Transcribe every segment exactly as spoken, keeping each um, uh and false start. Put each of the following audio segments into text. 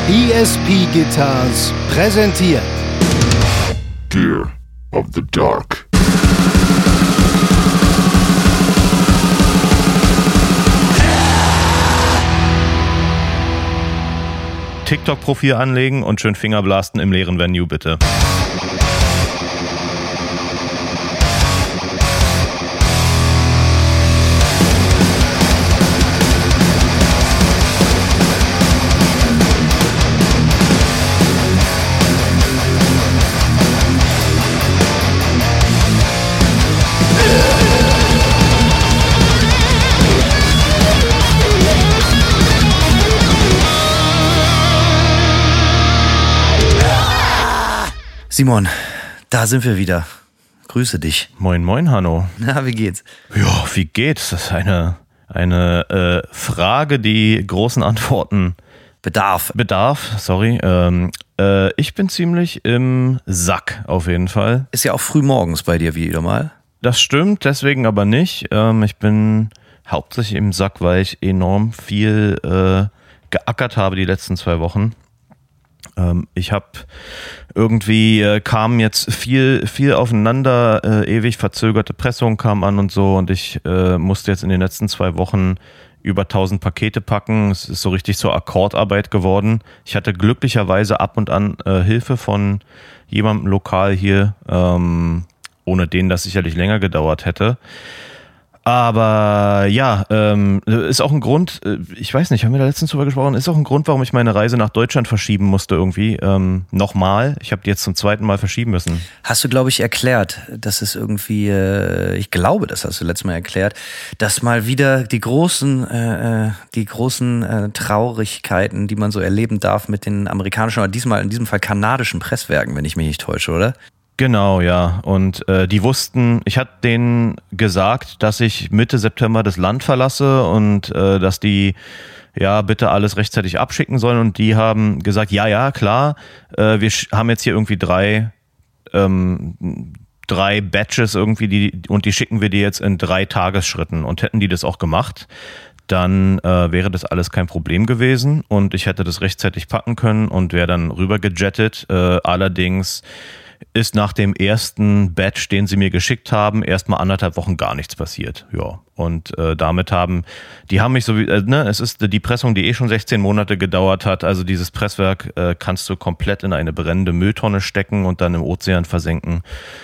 E S P Guitars präsentiert Gear of the Dark. TikTok-Profil anlegen und schön Fingerblasten im leeren Venue, bitte. Simon, da sind wir wieder. Grüße dich. Moin, moin, Hanno. Na, wie geht's? Ja, wie geht's? Das ist eine, eine äh, Frage, die großen Antworten Bedarf. bedarf. Sorry. Ähm, äh, ich bin ziemlich im Sack, auf jeden Fall. Ist ja auch früh morgens bei dir wieder mal. Das stimmt, deswegen aber nicht. Ähm, ich bin hauptsächlich im Sack, weil ich enorm viel äh, geackert habe die letzten zwei Wochen. Ich habe irgendwie, äh, kam jetzt viel, viel aufeinander, äh, ewig verzögerte Pressung kam an und so und ich äh, musste jetzt in den letzten zwei Wochen über tausend Pakete packen. Es ist so richtig so Akkordarbeit geworden. Ich hatte glücklicherweise ab und an äh, Hilfe von jemandem lokal hier, ähm, ohne den das sicherlich länger gedauert hätte. Aber ja, ähm, ist auch ein Grund, ich weiß nicht, haben wir da letztens drüber gesprochen, ist auch ein Grund, warum ich meine Reise nach Deutschland verschieben musste irgendwie. Ähm, nochmal, ich habe die jetzt zum zweiten Mal verschieben müssen. Hast du, glaube ich, erklärt, dass es irgendwie, äh, ich glaube, das hast du letztes Mal erklärt, dass mal wieder die großen, äh, die großen äh, Traurigkeiten, die man so erleben darf mit den amerikanischen, oder diesmal in diesem Fall kanadischen Presswerken, wenn ich mich nicht täusche, oder? Genau, ja. Und äh, die wussten, ich hatte denen gesagt, dass ich Mitte September das Land verlasse und äh, dass die ja bitte alles rechtzeitig abschicken sollen. Und die haben gesagt, ja, ja, klar, äh, wir sch- haben jetzt hier irgendwie drei ähm, drei Batches irgendwie, die und die schicken wir dir jetzt in drei Tagesschritten. Und hätten die das auch gemacht, dann äh, wäre das alles kein Problem gewesen und ich hätte das rechtzeitig packen können und wäre dann rüber gejettet. Äh, allerdings ist nach dem ersten Batch, den sie mir geschickt haben, erstmal anderthalb Wochen gar nichts passiert. Ja. Und äh, damit haben, die haben mich so wie, äh, ne, es ist die Pressung, die eh schon sechzehn Monate gedauert hat. Also dieses Presswerk äh, kannst du komplett in eine brennende Mülltonne stecken und dann im Ozean versenken.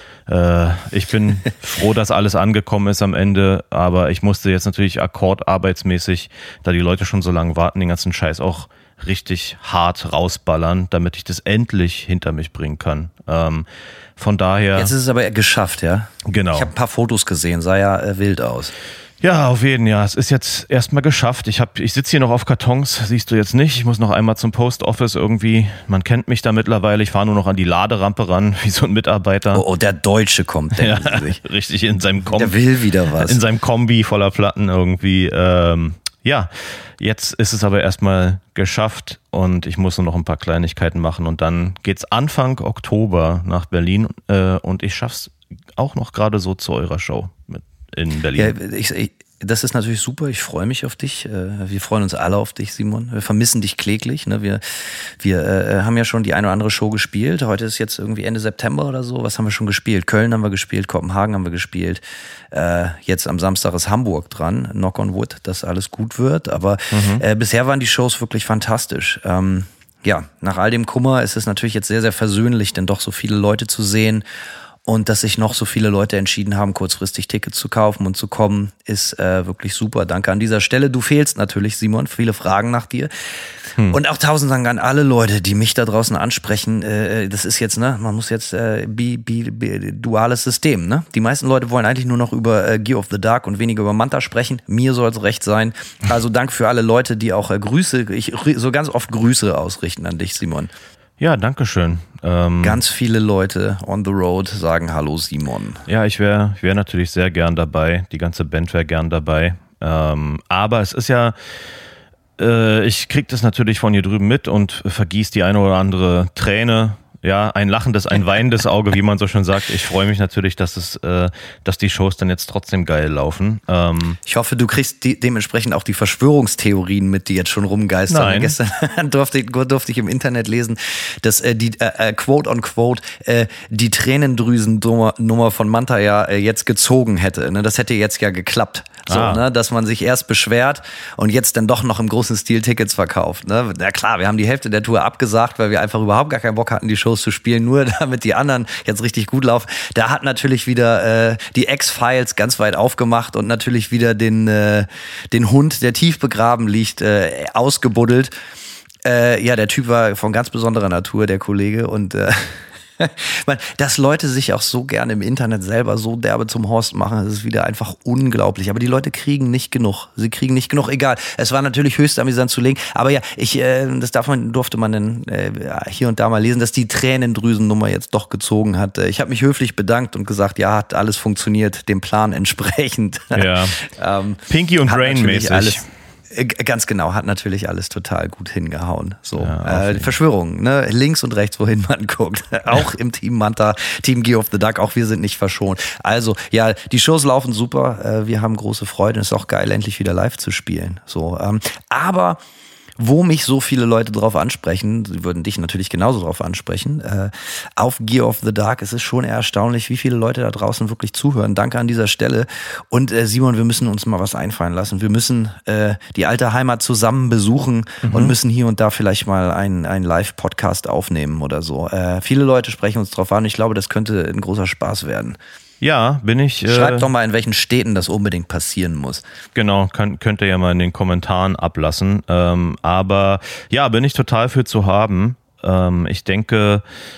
Äh, ich bin froh, dass alles angekommen ist am Ende, aber ich musste jetzt natürlich akkordarbeitsmäßig, da die Leute schon so lange warten, den ganzen Scheiß auch richtig hart rausballern, damit ich das endlich hinter mich bringen kann. Ähm, von daher... Jetzt ist es aber geschafft, ja? Genau. Ich habe ein paar Fotos gesehen, sah ja äh, wild aus. Ja, auf jeden Fall. Ja. Es ist jetzt erstmal geschafft. Ich, hab, ich sitze hier noch auf Kartons, siehst du jetzt nicht. Ich muss noch einmal zum Post Office irgendwie. Man kennt mich da mittlerweile. Ich fahre nur noch an die Laderampe ran, wie so ein Mitarbeiter. Oh, oh der Deutsche kommt, denken ja, Sie sich. Richtig, in seinem Kombi. Der will wieder was. In seinem Kombi voller Platten irgendwie. Ähm, ja, jetzt ist es aber erstmal geschafft und ich muss nur noch ein paar Kleinigkeiten machen und dann geht's Anfang Oktober nach Berlin äh, und ich schaff's auch noch gerade so zu eurer Show mit in Berlin. Ja, ich, ich, das ist natürlich super. Ich freue mich auf dich. Wir freuen uns alle auf dich, Simon. Wir vermissen dich kläglich. Wir, wir äh, haben ja schon die eine oder andere Show gespielt. Heute ist jetzt irgendwie Ende September oder so. Was haben wir schon gespielt? Köln haben wir gespielt, Kopenhagen haben wir gespielt. Äh, jetzt am Samstag ist Hamburg dran. Knock on wood, dass alles gut wird. Aber mhm. äh, bisher waren die Shows wirklich fantastisch. Ähm, ja, nach all dem Kummer ist es natürlich jetzt sehr, sehr versöhnlich, denn doch so viele Leute zu sehen. Und dass sich noch so viele Leute entschieden haben, kurzfristig Tickets zu kaufen und zu kommen, ist äh, wirklich super. Danke an dieser Stelle. Du fehlst natürlich, Simon. Viele Fragen nach dir. Hm. Und auch tausend Dank an alle Leute, die mich da draußen ansprechen. Äh, das ist jetzt, ne, man muss jetzt äh, bi, bi, bi, duales System, ne? Die meisten Leute wollen eigentlich nur noch über äh, Gear of the Dark und weniger über Manta sprechen. Mir soll es recht sein. Also Dank für alle Leute, die auch äh, Grüße, ich so ganz oft Grüße ausrichten an dich, Simon. Ja, danke schön. Ähm, Ganz viele Leute on the road sagen Hallo Simon. Ja, ich wäre ich wär natürlich sehr gern dabei. Die ganze Band wäre gern dabei. Ähm, aber es ist ja, äh, ich krieg das natürlich von hier drüben mit und vergieß die eine oder andere Träne Ja, ein lachendes, ein weinendes Auge, wie man so schön sagt. Ich freue mich natürlich, dass es, äh, dass die Shows dann jetzt trotzdem geil laufen. Ähm ich hoffe, du kriegst die, dementsprechend auch die Verschwörungstheorien mit, die jetzt schon rumgeistern. Nein. Gestern durfte, durfte ich im Internet lesen, dass äh, die äh, quote on quote äh, die Tränendrüsennummer von Manta ja äh, jetzt gezogen hätte. Ne? Das hätte jetzt ja geklappt. So, ah. ne? Dass man sich erst beschwert und jetzt dann doch noch im großen Stil Tickets verkauft. Ne? Na klar, wir haben die Hälfte der Tour abgesagt, weil wir einfach überhaupt gar keinen Bock hatten, die Shows zu spielen, nur damit die anderen jetzt richtig gut laufen. Da hat natürlich wieder äh, die X-Files ganz weit aufgemacht und natürlich wieder den, äh, den Hund, der tief begraben liegt, äh, ausgebuddelt. Äh, ja, der Typ war von ganz besonderer Natur, der Kollege, und äh, dass Leute sich auch so gerne im Internet selber so derbe zum Horst machen, das ist wieder einfach unglaublich. Aber die Leute kriegen nicht genug. Sie kriegen nicht genug, egal. Es war natürlich höchst amüsant zu legen. Aber ja, ich, äh, das darf man, durfte man dann äh, hier und da mal lesen, dass die Tränendrüsennummer jetzt doch gezogen hat. Ich habe mich höflich bedankt und gesagt, ja, hat alles funktioniert, dem Plan entsprechend. Ja. ähm, Pinky und Brain mäßig. Ganz genau, hat natürlich alles total gut hingehauen. So, ja, äh, Verschwörungen, ne? Links und rechts, wohin man guckt. Auch im Team Manta, Team Gear of the Duck, auch wir sind nicht verschont. Also, ja, die Shows laufen super, äh, wir haben große Freude. Es ist auch geil, endlich wieder live zu spielen. So, ähm, aber wo mich so viele Leute drauf ansprechen, sie würden dich natürlich genauso drauf ansprechen, äh, auf Gear of the Dark, es ist schon eher erstaunlich, wie viele Leute da draußen wirklich zuhören. Danke an dieser Stelle. Und äh, Simon, wir müssen uns mal was einfallen lassen. Wir müssen äh, die alte Heimat zusammen besuchen mhm. und müssen hier und da vielleicht mal einen, einen Live-Podcast aufnehmen oder so. Äh, viele Leute sprechen uns drauf an. Ich glaube, das könnte ein großer Spaß werden. Ja, bin ich. Äh, Schreibt doch mal, in welchen Städten das unbedingt passieren muss. Genau, kann, könnt ihr ja mal in den Kommentaren ablassen. Ähm, aber ja, bin ich total für zu haben. Ähm, ich denke,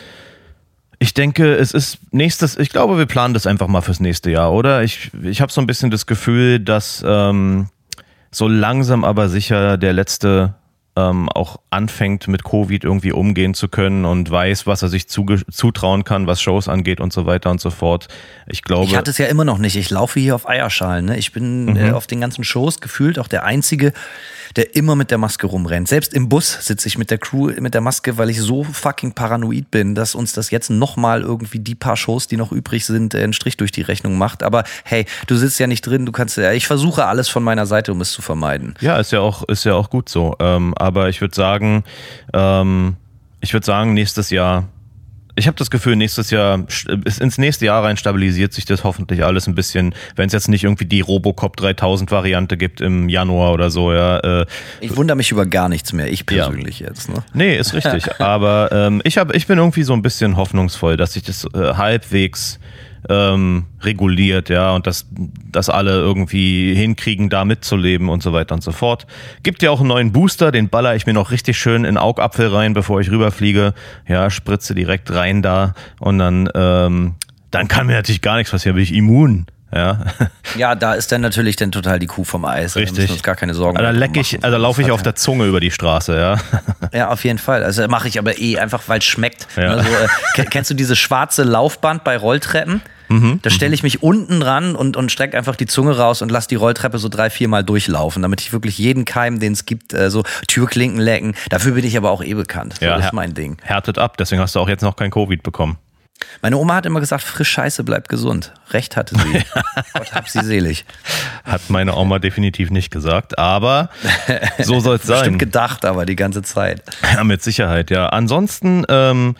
ich denke, es ist nächstes, ich glaube, wir planen das einfach mal fürs nächste Jahr, oder? Ich, ich habe so ein bisschen das Gefühl, dass ähm, so langsam aber sicher der letzte ähm, auch anfängt, mit Covid irgendwie umgehen zu können und weiß, was er sich zuge- zutrauen kann, was Shows angeht und so weiter und so fort. Ich glaube. Ich hatte es ja immer noch nicht. Ich laufe hier auf Eierschalen. Ne? Ich bin mhm. äh, auf den ganzen Shows gefühlt auch der Einzige, der immer mit der Maske rumrennt. Selbst im Bus sitze ich mit der Crew mit der Maske, weil ich so fucking paranoid bin, dass uns das jetzt nochmal irgendwie die paar Shows, die noch übrig sind, einen Strich durch die Rechnung macht. Aber hey, du sitzt ja nicht drin, du kannst ja, ich versuche alles von meiner Seite, um es zu vermeiden. Ja, ist ja auch, ist ja auch gut so. Ähm, aber ich würde sagen, ähm, ich würde sagen, nächstes Jahr, ich habe das Gefühl, nächstes Jahr, ins nächste Jahr rein stabilisiert sich das hoffentlich alles ein bisschen, wenn es jetzt nicht irgendwie die Robocop dreitausend Variante gibt im Januar oder so, ja. Äh, ich wundere mich über gar nichts mehr, ich persönlich ja. jetzt. Ne? Nee, ist richtig, aber ähm, ich, hab, ich bin irgendwie so ein bisschen hoffnungsvoll, dass sich das äh, halbwegs ähm, reguliert, ja, und dass, dass alle irgendwie hinkriegen, da mitzuleben und so weiter und so fort. Gibt ja auch einen neuen Booster, den baller ich mir noch richtig schön in Augapfel rein, bevor ich rüberfliege. Ja, spritze direkt rein da und dann, ähm, dann kann mir natürlich gar nichts passieren, bin ich immun. Ja. Ja, da ist dann natürlich dann total die Kuh vom Eis. Richtig. Da müssen wir uns gar keine Sorgen also, da leck ich, also laufe ich auf der Zunge über die Straße, ja. Ja, auf jeden Fall. Also mache ich aber eh einfach, weil es schmeckt. Ja. Also, äh, kennst du diese schwarze Laufband bei Rolltreppen? Mhm. Da stelle ich mich unten ran und, und strecke einfach die Zunge raus und lasse die Rolltreppe so drei, vier Mal durchlaufen, damit ich wirklich jeden Keim, den es gibt, äh, so Türklinken lecken. Dafür bin ich aber auch eh bekannt. So ja, ist mein Ding. Härtet ab, deswegen hast du auch jetzt noch kein Covid bekommen. Meine Oma hat immer gesagt, frisch Scheiße, bleibt gesund. Recht hatte sie. Gott hab sie selig. Hat meine Oma definitiv nicht gesagt, aber so soll es sein. Bestimmt gedacht, aber die ganze Zeit. Ja, mit Sicherheit, ja. Ansonsten ähm,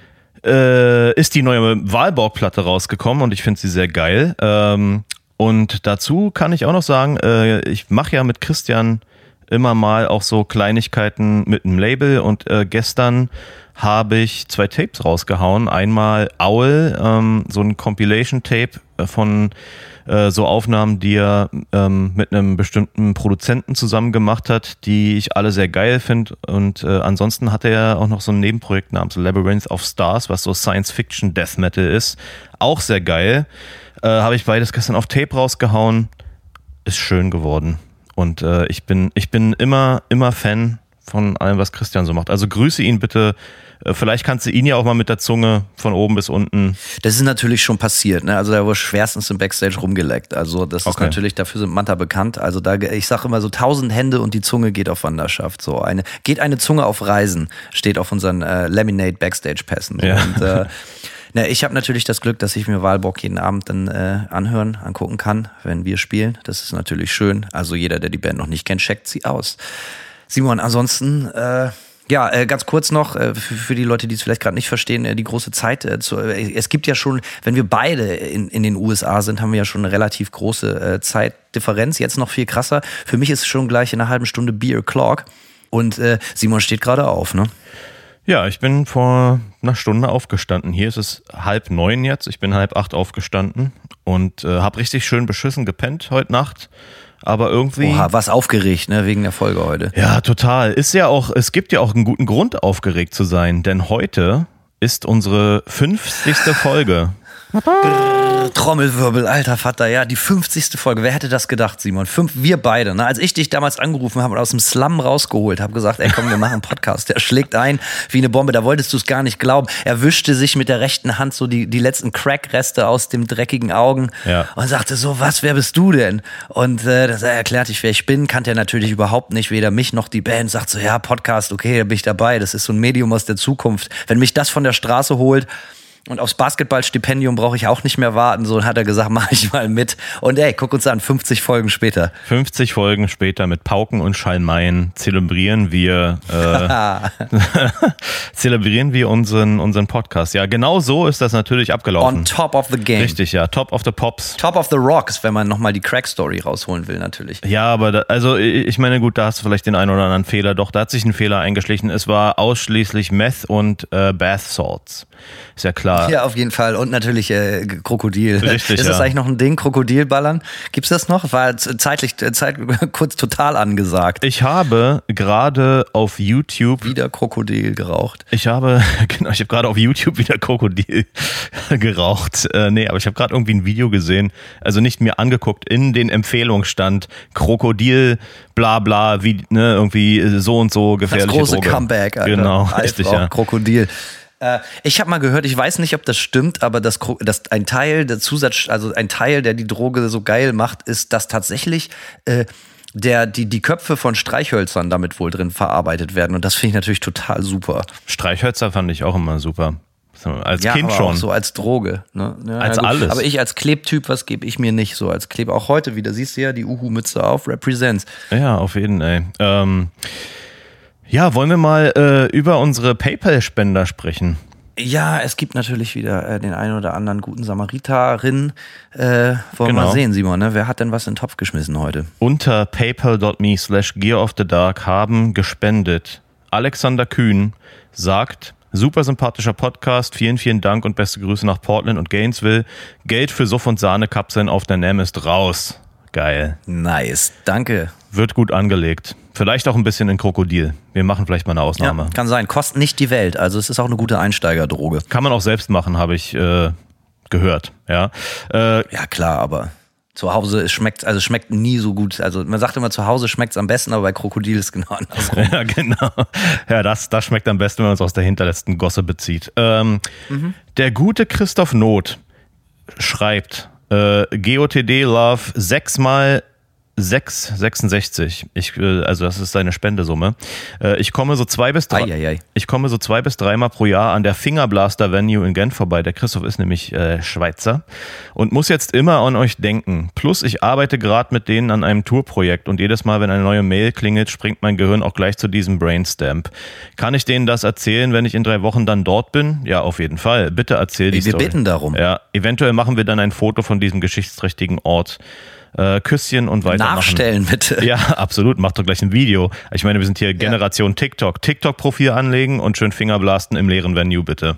äh, ist die neue Walborg-Platte rausgekommen und ich finde sie sehr geil. Ähm, und dazu kann ich auch noch sagen, äh, ich mache ja mit Christian immer mal auch so Kleinigkeiten mit einem Label und äh, gestern habe ich zwei Tapes rausgehauen. Einmal Owl, ähm, so ein Compilation-Tape von äh, so Aufnahmen, die er ähm, mit einem bestimmten Produzenten zusammen gemacht hat, die ich alle sehr geil finde. Und äh, ansonsten hat er auch noch so ein Nebenprojekt namens Labyrinth of Stars, was so Science-Fiction-Death Metal ist. Auch sehr geil. Äh, habe ich beides gestern auf Tape rausgehauen. Ist schön geworden. Und äh, ich bin, ich bin immer, immer Fan von allem, was Christian so macht. Also grüße ihn bitte. Vielleicht kannst du ihn ja auch mal mit der Zunge von oben bis unten. Das ist natürlich schon passiert, ne? Also da wurde schwerstens im Backstage rumgeleckt. Also das Okay. ist natürlich, dafür sind Manta bekannt. Also da, ich sage immer so tausend Hände und die Zunge geht auf Wanderschaft. So eine, geht eine Zunge auf Reisen, steht auf unseren äh, Laminate Backstage Pässen. So. Ja. Und äh, na, ich habe natürlich das Glück, dass ich mir Walborg jeden Abend dann äh, anhören, angucken kann, wenn wir spielen. Das ist natürlich schön. Also jeder, der die Band noch nicht kennt, checkt sie aus. Simon, ansonsten, äh, ja, äh, ganz kurz noch, äh, für, für die Leute, die es vielleicht gerade nicht verstehen, äh, die große Zeit. Äh, zu, äh, es gibt ja schon, wenn wir beide in, in den U S A sind, haben wir ja schon eine relativ große äh, Zeitdifferenz. Jetzt noch viel krasser. Für mich ist es schon gleich in einer halben Stunde Beer O'Clock. Und äh, Simon steht gerade auf, ne? Ja, ich bin vor einer Stunde aufgestanden. Hier ist es halb neun jetzt. Ich bin halb acht aufgestanden und äh, habe richtig schön beschissen gepennt heute Nacht. Aber irgendwie... Oha, was aufgeregt, ne, wegen der Folge heute. Ja, total. Ist ja auch, es gibt ja auch einen guten Grund, aufgeregt zu sein, denn heute ist unsere fünfzigste Folge. Trommelwirbel, alter Vater, ja, die fünfzigste Folge. Wer hätte das gedacht, Simon? Fünf, wir beide, ne? Als ich dich damals angerufen habe und aus dem Slum rausgeholt habe, gesagt, ey, komm, wir machen einen Podcast. Der schlägt ein wie eine Bombe, da wolltest du es gar nicht glauben. Er wischte sich mit der rechten Hand so die, die letzten Crackreste aus dem dreckigen Augen Ja. und sagte so, was, wer bist du denn? Und äh, das, er erklärt ich, wer ich bin, kannte er natürlich überhaupt nicht, weder mich noch die Band. Sagt so, ja, Podcast, okay, da bin ich dabei. Das ist so ein Medium aus der Zukunft. Wenn mich das von der Straße holt, und aufs Basketballstipendium brauche ich auch nicht mehr warten. So hat er gesagt, mach ich mal mit. Und ey, guck uns an, fünfzig Folgen später. fünfzig Folgen später mit Pauken und Schalmeien zelebrieren wir äh, zelebrieren wir unseren, unseren Podcast. Ja, genau so ist das natürlich abgelaufen. On top of the game. Richtig, ja. Top of the Pops. Top of the Rocks, wenn man nochmal die Crack-Story rausholen will, natürlich. Ja, aber da, also ich meine, gut, da hast du vielleicht den einen oder anderen Fehler. Doch, da hat sich ein Fehler eingeschlichen. Es war ausschließlich Meth und äh, Bath Salts. Ist ja klar. Ja, auf jeden Fall. Und natürlich äh, Krokodil. Richtig, ist das ja. eigentlich noch ein Ding, Krokodilballern? Gibt's das noch? War zeitlich Zeit, kurz total angesagt. Ich habe gerade auf YouTube Wieder Krokodil geraucht. Ich habe, genau, ich habe gerade auf YouTube wieder Krokodil geraucht. Äh, nee, aber ich habe gerade irgendwie ein Video gesehen, also nicht mir angeguckt, in den Empfehlungen stand Krokodil, bla bla, wie, ne, irgendwie so und so gefährliche Das große Droge. Comeback, Alter. Genau, Alf richtig, raucht ja. Krokodil. Äh, ich habe mal gehört, ich weiß nicht, ob das stimmt, aber das, das ein Teil der Zusatz, also ein Teil, der die Droge so geil macht, ist, dass tatsächlich äh, der, die, die Köpfe von Streichhölzern damit wohl drin verarbeitet werden. Und das finde ich natürlich total super. Streichhölzer fand ich auch immer super. So, als Ja, Kind aber schon. auch so als Droge. Ne? Ja, Als ja, gut. alles. Aber ich als Klebtyp, was gebe ich mir nicht so als Kleb? Auch heute wieder, siehst du ja, die Uhu-Mütze auf, represents. Ja, auf jeden Fall. Ähm, ja, wollen wir mal äh, über unsere PayPal-Spender sprechen? Ja, es gibt natürlich wieder äh, den einen oder anderen guten Samariterin. Äh, wollen wir Genau. mal sehen, Simon, ne? Wer hat denn was in den Topf geschmissen heute? Unter paypal.me slash Gear of the Dark haben gespendet. Alexander Kühn sagt, super sympathischer Podcast, vielen, vielen Dank und beste Grüße nach Portland und Gainesville. Geld für Suff- und Sahnekapseln auf der N A M ist raus. Geil. Nice, danke. Wird gut angelegt. Vielleicht auch ein bisschen in Krokodil. Wir machen vielleicht mal eine Ausnahme. Ja, kann sein. Kostet nicht die Welt. Also es ist auch eine gute Einsteigerdroge. Kann man auch selbst machen, habe ich äh, gehört. Ja. Äh, Ja, klar, aber zu Hause es schmeckt, also es schmeckt nie so gut. Also man sagt immer, zu Hause schmeckt es am besten, aber bei Krokodil ist es genau andersrum. Ja, genau. Ja, das, das schmeckt am besten, wenn man es aus der hinterletzten Gosse bezieht. Ähm, mhm. Der gute Christoph Not schreibt, äh, G O T D Love sechsmal sechs sechsundsechzig. Ich, äh, also das ist seine Spendesumme. Äh, ich komme so zwei bis drei, Eieiei. ich komme so zwei bis dreimal pro Jahr an der Fingerblaster Venue in Genf vorbei. Der Christoph ist nämlich äh, Schweizer und muss jetzt immer an euch denken. Plus ich arbeite gerade mit denen an einem Tourprojekt und jedes Mal, wenn eine neue Mail klingelt, springt mein Gehirn auch gleich zu diesem Brainstamp. Kann ich denen das erzählen, wenn ich in drei Wochen dann dort bin? Ja, auf jeden Fall. Bitte erzähl die Wir Story. bitten darum. Ja, eventuell machen wir dann ein Foto von diesem geschichtsträchtigen Ort. Äh, Küsschen und weitermachen. Nachstellen, bitte. Ja, absolut. Mach doch gleich ein Video. Ich meine, wir sind hier Generation TikTok. TikTok-Profil anlegen und schön Fingerblasten im leeren Venue, bitte.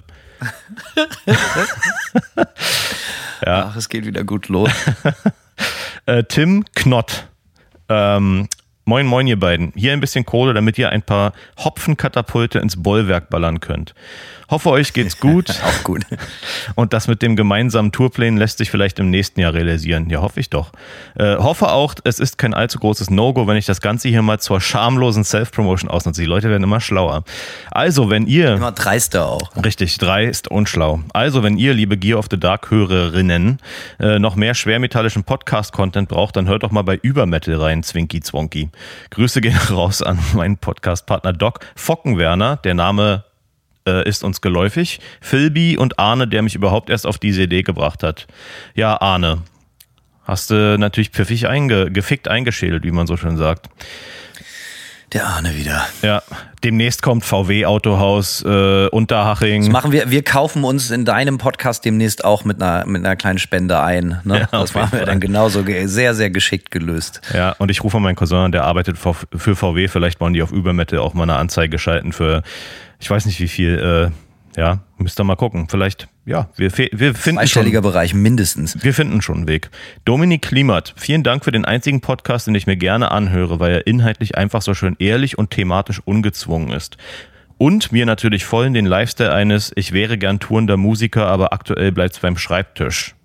Ja. Ach, es geht wieder gut los. äh, Tim Knott ähm, Moin, moin, ihr beiden. Hier ein bisschen Kohle, damit ihr ein paar Hopfenkatapulte ins Bollwerk ballern könnt. Hoffe, euch geht's gut. Auch gut. Und das mit dem gemeinsamen Tourplan lässt sich vielleicht im nächsten Jahr realisieren. Ja, hoffe ich doch. Äh, hoffe auch, es ist kein allzu großes No-Go, wenn ich das Ganze hier mal zur schamlosen Self-Promotion ausnutze. Die Leute werden immer schlauer. Also, wenn ihr... Immer dreister auch. Richtig, dreist und schlau. Also, wenn ihr, liebe Gear of the Dark-Hörerinnen, äh, noch mehr schwermetallischen Podcast-Content braucht, dann hört doch mal bei Übermetal rein, Zwinky Zwonky. Grüße gehen raus an meinen Podcast-Partner Doc Fockenwerner. Der Name äh, ist uns geläufig. Philby und Arne, der mich überhaupt erst auf diese Idee gebracht hat. Ja, Arne, hast du natürlich pfiffig einge- gefickt eingeschädelt, wie man so schön sagt. Der Arne wieder. Ja, demnächst kommt V W-Autohaus äh, Unterhaching. Das machen wir, wir kaufen uns in deinem Podcast demnächst auch mit einer, mit einer kleinen Spende ein. Ne? Ja, das machen wir dann genauso ge- sehr, sehr geschickt gelöst. Ja, und ich rufe meinen Cousin an, der arbeitet für V W, vielleicht wollen die auf Übermetal auch mal eine Anzeige schalten für, ich weiß nicht wie viel, äh, ja, müsst ihr mal gucken. Vielleicht, ja, wir, wir finden Zweistelliger schon, Bereich mindestens. wir finden schon einen Weg. Dominik Klimert, vielen Dank für den einzigen Podcast, den ich mir gerne anhöre, weil er inhaltlich einfach so schön ehrlich und thematisch ungezwungen ist. Und mir natürlich voll in den Lifestyle eines, ich wäre gern tourender Musiker, aber aktuell bleibt's beim Schreibtisch.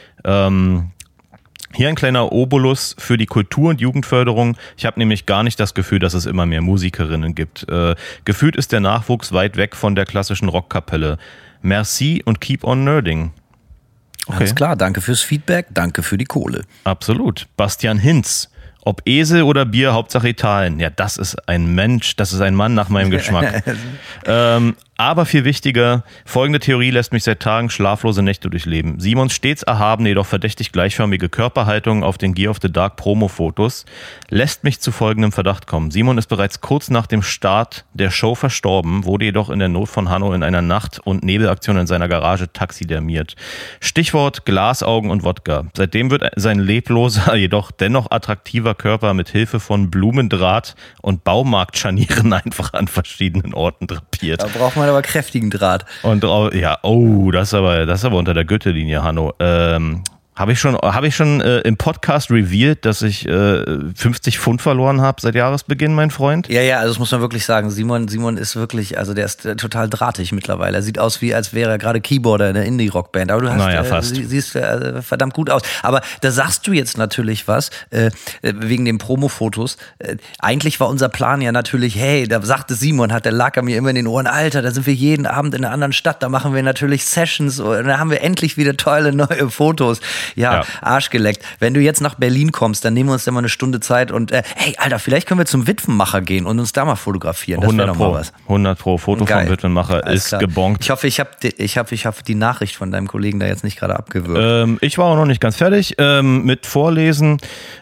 Ähm, Hier ein kleiner Obolus für die Kultur- und Jugendförderung. Ich habe nämlich gar nicht das Gefühl, dass es immer mehr Musikerinnen gibt. Äh, gefühlt ist der Nachwuchs weit weg von der klassischen Rockkapelle. Merci und keep on nerding. Okay. Alles klar, danke fürs Feedback, danke für die Kohle. Absolut. Bastian Hinz. Ob Esel oder Bier, Hauptsache Italien. Ja, das ist ein Mensch, das ist ein Mann nach meinem Geschmack. ähm, aber viel wichtiger, folgende Theorie lässt mich seit Tagen schlaflose Nächte durchleben. Simons stets erhabene, jedoch verdächtig gleichförmige Körperhaltung auf den Gear of the Dark Promo-Fotos lässt mich zu folgendem Verdacht kommen. Simon ist bereits kurz nach dem Start der Show verstorben, wurde jedoch in der Not von Hanno in einer Nacht- und Nebelaktion in seiner Garage taxidermiert. Stichwort Glasaugen und Wodka. Seitdem wird sein lebloser, jedoch dennoch attraktiver Körper mit Hilfe von Blumendraht und Baumarktscharnieren einfach an verschiedenen Orten drapiert. Da braucht man aber kräftigen Draht. Und ja, oh, das ist aber, das ist aber unter der Gürtellinie, Hanno. Ähm, habe ich schon, habe ich schon äh, im Podcast revealed, dass ich äh, fünfzig Pfund verloren habe seit Jahresbeginn, mein Freund? Ja, ja, also das muss man wirklich sagen. Simon, Simon ist wirklich, also der ist äh, total drahtig mittlerweile. Er sieht aus wie, als wäre er gerade Keyboarder in der Indie-Rock-Band. Aber du hast, Naja, äh, fast. sie, siehst äh, verdammt gut aus. Aber da sagst du jetzt natürlich was, äh, wegen den Promo-Fotos. Äh, eigentlich war unser Plan ja natürlich, hey, da sagte Simon, hat der lag er mir immer in den Ohren, Alter, da sind wir jeden Abend in einer anderen Stadt, da machen wir natürlich Sessions und da haben wir endlich wieder tolle neue Fotos. Ja, Ja. Arsch geleckt. Wenn du jetzt nach Berlin kommst, dann nehmen wir uns da mal eine Stunde Zeit und äh, hey, Alter, vielleicht können wir zum Witwenmacher gehen und uns da mal fotografieren. Das wäre hundert doch mal Pro, was. hundert Pro. Foto Geil. vom Witwenmacher Alles ist klar. gebongt. Ich hoffe, ich habe ich hab, ich hab die Nachricht von deinem Kollegen da jetzt nicht gerade abgewürgt. Ähm, ich war auch noch nicht ganz fertig ähm, mit Vorlesen.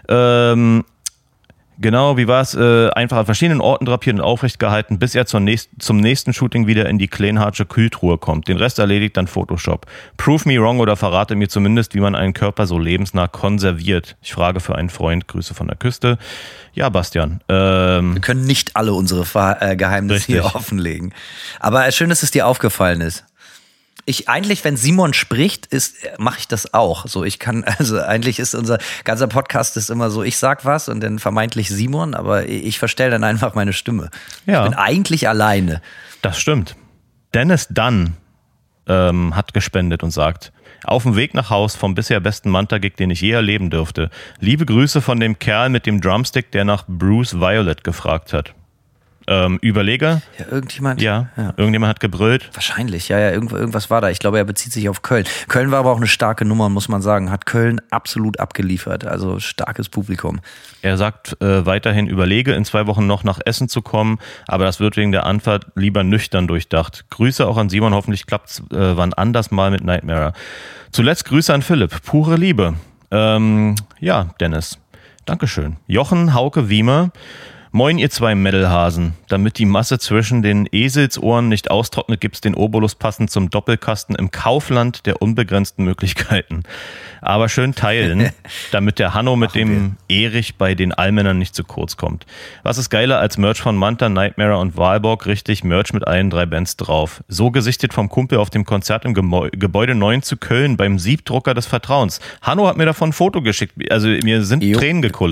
Ähm, Genau, wie war es? Äh, einfach an verschiedenen Orten drapiert und aufrecht gehalten, bis er zur nächst, zum nächsten Shooting wieder in die Kleinhartsche Kühltruhe kommt. Den Rest erledigt dann Photoshop. Prove me wrong oder verrate mir zumindest, wie man einen Körper so lebensnah konserviert. Ich frage für einen Freund. Grüße von der Küste. Ja, Bastian. Ähm, wir können nicht alle unsere Ver- äh, Geheimnisse Richtig. hier offenlegen. Aber schön, dass es dir aufgefallen ist. Ich eigentlich, wenn Simon spricht, ist mache ich das auch. So, ich kann also eigentlich ist unser ganzer Podcast ist immer so, ich sag was und dann vermeintlich Simon, aber ich verstelle dann einfach meine Stimme. Ja. Ich bin eigentlich alleine. Das stimmt. Dennis Dunn ähm, hat gespendet und sagt: Auf dem Weg nach Haus vom bisher besten Manta-Gig, den ich je erleben dürfte. Liebe Grüße von dem Kerl mit dem Drumstick, der nach Bruce Violet gefragt hat. Ähm, Überleger? Ja, irgendjemand? Ja, irgendjemand hat gebrüllt. Wahrscheinlich, ja, ja, irgend, irgendwas war da. Ich glaube, er bezieht sich auf Köln. Köln war aber auch eine starke Nummer, muss man sagen. Hat Köln absolut abgeliefert. Also starkes Publikum. Er sagt äh, weiterhin, überlege, in zwei Wochen noch nach Essen zu kommen, aber das wird wegen der Anfahrt lieber nüchtern durchdacht. Grüße auch an Simon, hoffentlich klappt's äh, wann anders mal mit Nightmare. Zuletzt Grüße an Philipp, pure Liebe. Ähm, ja, Dennis, Dankeschön. Jochen Hauke Wiemer: Moin, ihr zwei Metalhasen. Damit die Masse zwischen den Eselsohren nicht austrocknet, gibt's den Obolus passend zum Doppelkasten im Kaufland der unbegrenzten Möglichkeiten. Aber schön teilen, damit der Hanno mit dem Erich bei den Allmännern nicht zu kurz kommt. Was ist geiler als Merch von Manta, Nightmare und Walborg? Richtig, Merch mit allen drei Bands drauf. So gesichtet vom Kumpel auf dem Konzert im Gemo- Gebäude neun zu Köln beim Siebdrucker des Vertrauens. Hanno hat mir davon ein Foto geschickt, also mir sind Jo. Tränen gekullert.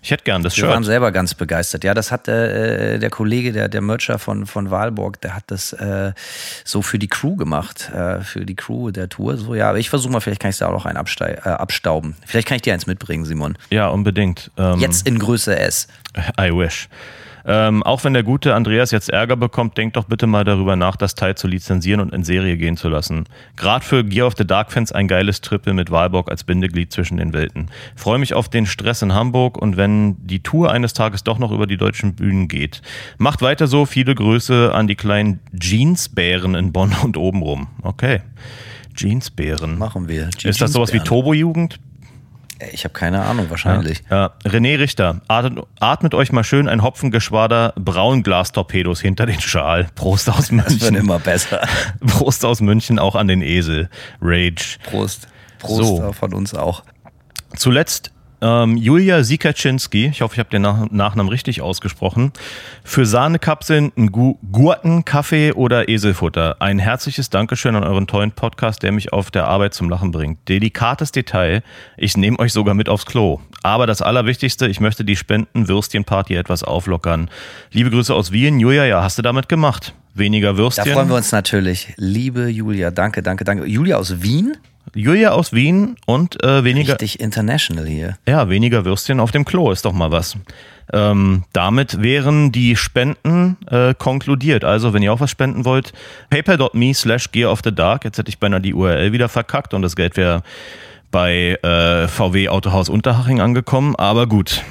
Ich hätte gern das Wir Shirt. waren selber ganz begeistert. Ja, das hat äh, der Kollege, der, der Mercher von, von Wahlborg, der hat das äh, so für die Crew gemacht, äh, für die Crew der Tour. So, ja, aber ich versuche mal, vielleicht kann ich da auch noch einen abstei- äh, abstauben. Vielleicht kann ich dir eins mitbringen, Simon. Ja, unbedingt. Ähm, Jetzt in Größe S. I wish. Ähm, auch wenn der gute Andreas jetzt Ärger bekommt, denkt doch bitte mal darüber nach, das Teil zu lizenzieren und in Serie gehen zu lassen. Gerade für Gear of the Dark-Fans ein geiles Triple mit Wahlborg als Bindeglied zwischen den Welten. Freue mich auf den Stress in Hamburg und wenn die Tour eines Tages doch noch über die deutschen Bühnen geht. Macht weiter so, viele Grüße an die kleinen Jeansbären in Bonn und obenrum. Okay, Jeansbären. Machen wir. Ist das sowas wie Turbo-Jugend? Ich habe keine Ahnung, wahrscheinlich. Ja, ja. René Richter, atmet, atmet euch mal schön ein Hopfengeschwader Braunglas-Torpedos hinter den Schal. Prost aus München. Das wird immer besser. Prost aus München, auch an den Esel. Rage. Prost. Prost So. von uns auch. Zuletzt ähm, Julia Sikaczynski, ich hoffe, ich habe den Nach- Nachnamen richtig ausgesprochen, für Sahnekapseln, einen Gu- Gurken, Kaffee oder Eselfutter. Ein herzliches Dankeschön an euren tollen Podcast, der mich auf der Arbeit zum Lachen bringt. Delikates Detail, ich nehme euch sogar mit aufs Klo. Aber das Allerwichtigste, ich möchte die Spenden-Würstchen-Party etwas auflockern. Liebe Grüße aus Wien. Julia, ja, hast du damit gemacht? Weniger Würstchen? Da freuen wir uns natürlich. Liebe Julia, danke, danke, danke. Julia aus Wien? Julia aus Wien und äh, weniger... Richtig international hier. Ja, weniger Würstchen auf dem Klo ist doch mal was. Ähm, damit wären die Spenden äh, konkludiert. Also, wenn ihr auch was spenden wollt, paypal.me slash gear of the dark. Jetzt hätte ich beinahe die U R L wieder verkackt und das Geld wäre bei äh, V W Autohaus Unterhaching angekommen. Aber gut.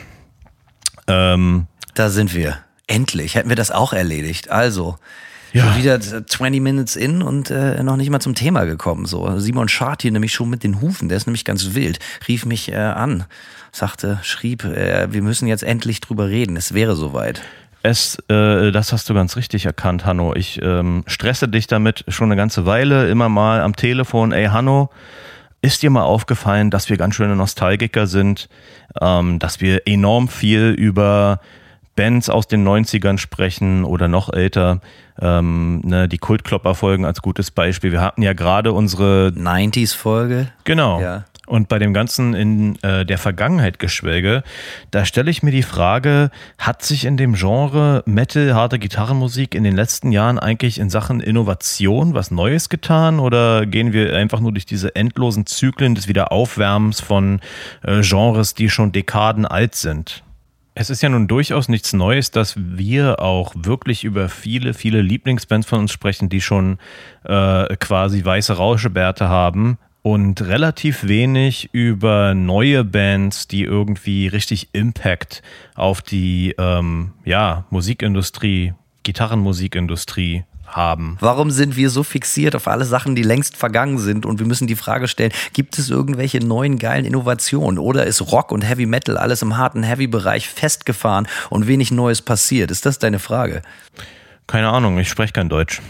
Ähm, Da sind wir. Endlich hätten wir das auch erledigt. Also, Ja. schon wieder zwanzig Minutes in und äh, noch nicht mal zum Thema gekommen. So, Simon schart hier nämlich schon mit den Hufen, der ist nämlich ganz wild. Rief mich äh, an, sagte, schrieb, äh, wir müssen jetzt endlich drüber reden, es wäre soweit. Es, äh, das hast du ganz richtig erkannt, Hanno. Ich ähm, stresse dich damit schon eine ganze Weile, immer mal am Telefon. Ey, Hanno, ist dir mal aufgefallen, dass wir ganz schöne Nostalgiker sind, ähm, dass wir enorm viel über Bands aus den neunzigern sprechen oder noch älter, ähm, ne, die Kultklopper-Folgen als gutes Beispiel. Wir hatten ja gerade unsere... neunziger-Folge. Genau. Ja. Und bei dem ganzen in äh, der Vergangenheit Geschwelge, da stelle ich mir die Frage, hat sich in dem Genre Metal, harte Gitarrenmusik in den letzten Jahren eigentlich in Sachen Innovation was Neues getan oder gehen wir einfach nur durch diese endlosen Zyklen des Wiederaufwärmens von äh, Genres, die schon Dekaden alt sind? Es ist ja nun durchaus nichts Neues, dass wir auch wirklich über viele, viele Lieblingsbands von uns sprechen, die schon äh, quasi weiße Rauschebärte haben und relativ wenig über neue Bands, die irgendwie richtig Impact auf die ähm, ja, Musikindustrie, Gitarrenmusikindustrie haben. Warum sind wir so fixiert auf alle Sachen, die längst vergangen sind und wir müssen die Frage stellen, gibt es irgendwelche neuen geilen Innovationen oder ist Rock und Heavy Metal alles im harten Heavy-Bereich festgefahren und wenig Neues passiert? Ist das deine Frage? Keine Ahnung, ich spreche kein Deutsch.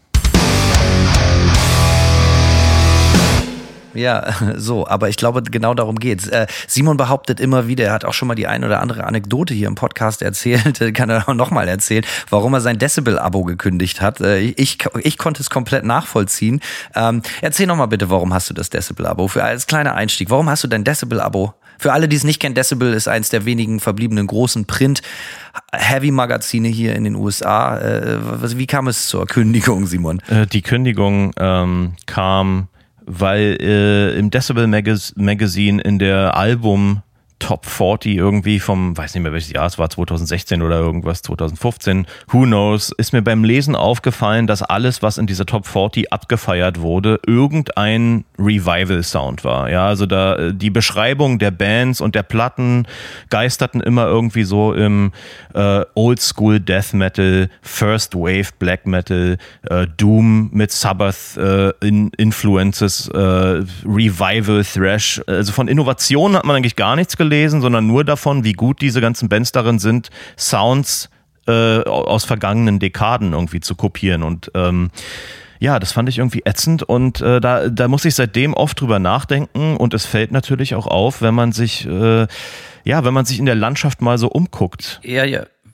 Ja, so, aber ich glaube, genau darum geht's. Äh, Simon behauptet immer wieder, er hat auch schon mal die ein oder andere Anekdote hier im Podcast erzählt, kann er auch nochmal erzählen, warum er sein Decibel-Abo gekündigt hat. Äh, ich, ich konnte es komplett nachvollziehen. Ähm, erzähl nochmal bitte, warum hast du das Decibel-Abo? Für als kleiner Einstieg, warum hast du dein Decibel-Abo? Für alle, die es nicht kennen, Decibel ist eins der wenigen verbliebenen großen Print-Heavy-Magazine hier in den U S A. Äh, wie kam es zur Kündigung, Simon? Äh, die Kündigung ähm, kam... weil äh, im Decibel Magaz- Magazine in der Album Top vierzig irgendwie vom, weiß nicht mehr welches Jahr es war, zwanzig sechzehn oder irgendwas, zwanzig fünfzehn, who knows, ist mir beim Lesen aufgefallen, dass alles, was in dieser Top vierzig abgefeiert wurde, irgendein Revival-Sound war. Ja, also da die Beschreibung der Bands und der Platten geisterten immer irgendwie so im äh, Oldschool Death Metal, First Wave Black Metal, äh, Doom mit Sabbath äh, in Influences, äh, Revival Thrash. Also von Innovationen hat man eigentlich gar nichts gelesen, sondern nur davon, wie gut diese ganzen Bands darin sind, Sounds äh, aus vergangenen Dekaden irgendwie zu kopieren. Und ähm, ja, das fand ich irgendwie ätzend und äh, da, da muss ich seitdem oft drüber nachdenken und es fällt natürlich auch auf, wenn man sich, äh, ja, wenn man sich in der Landschaft mal so umguckt. Ja, ja.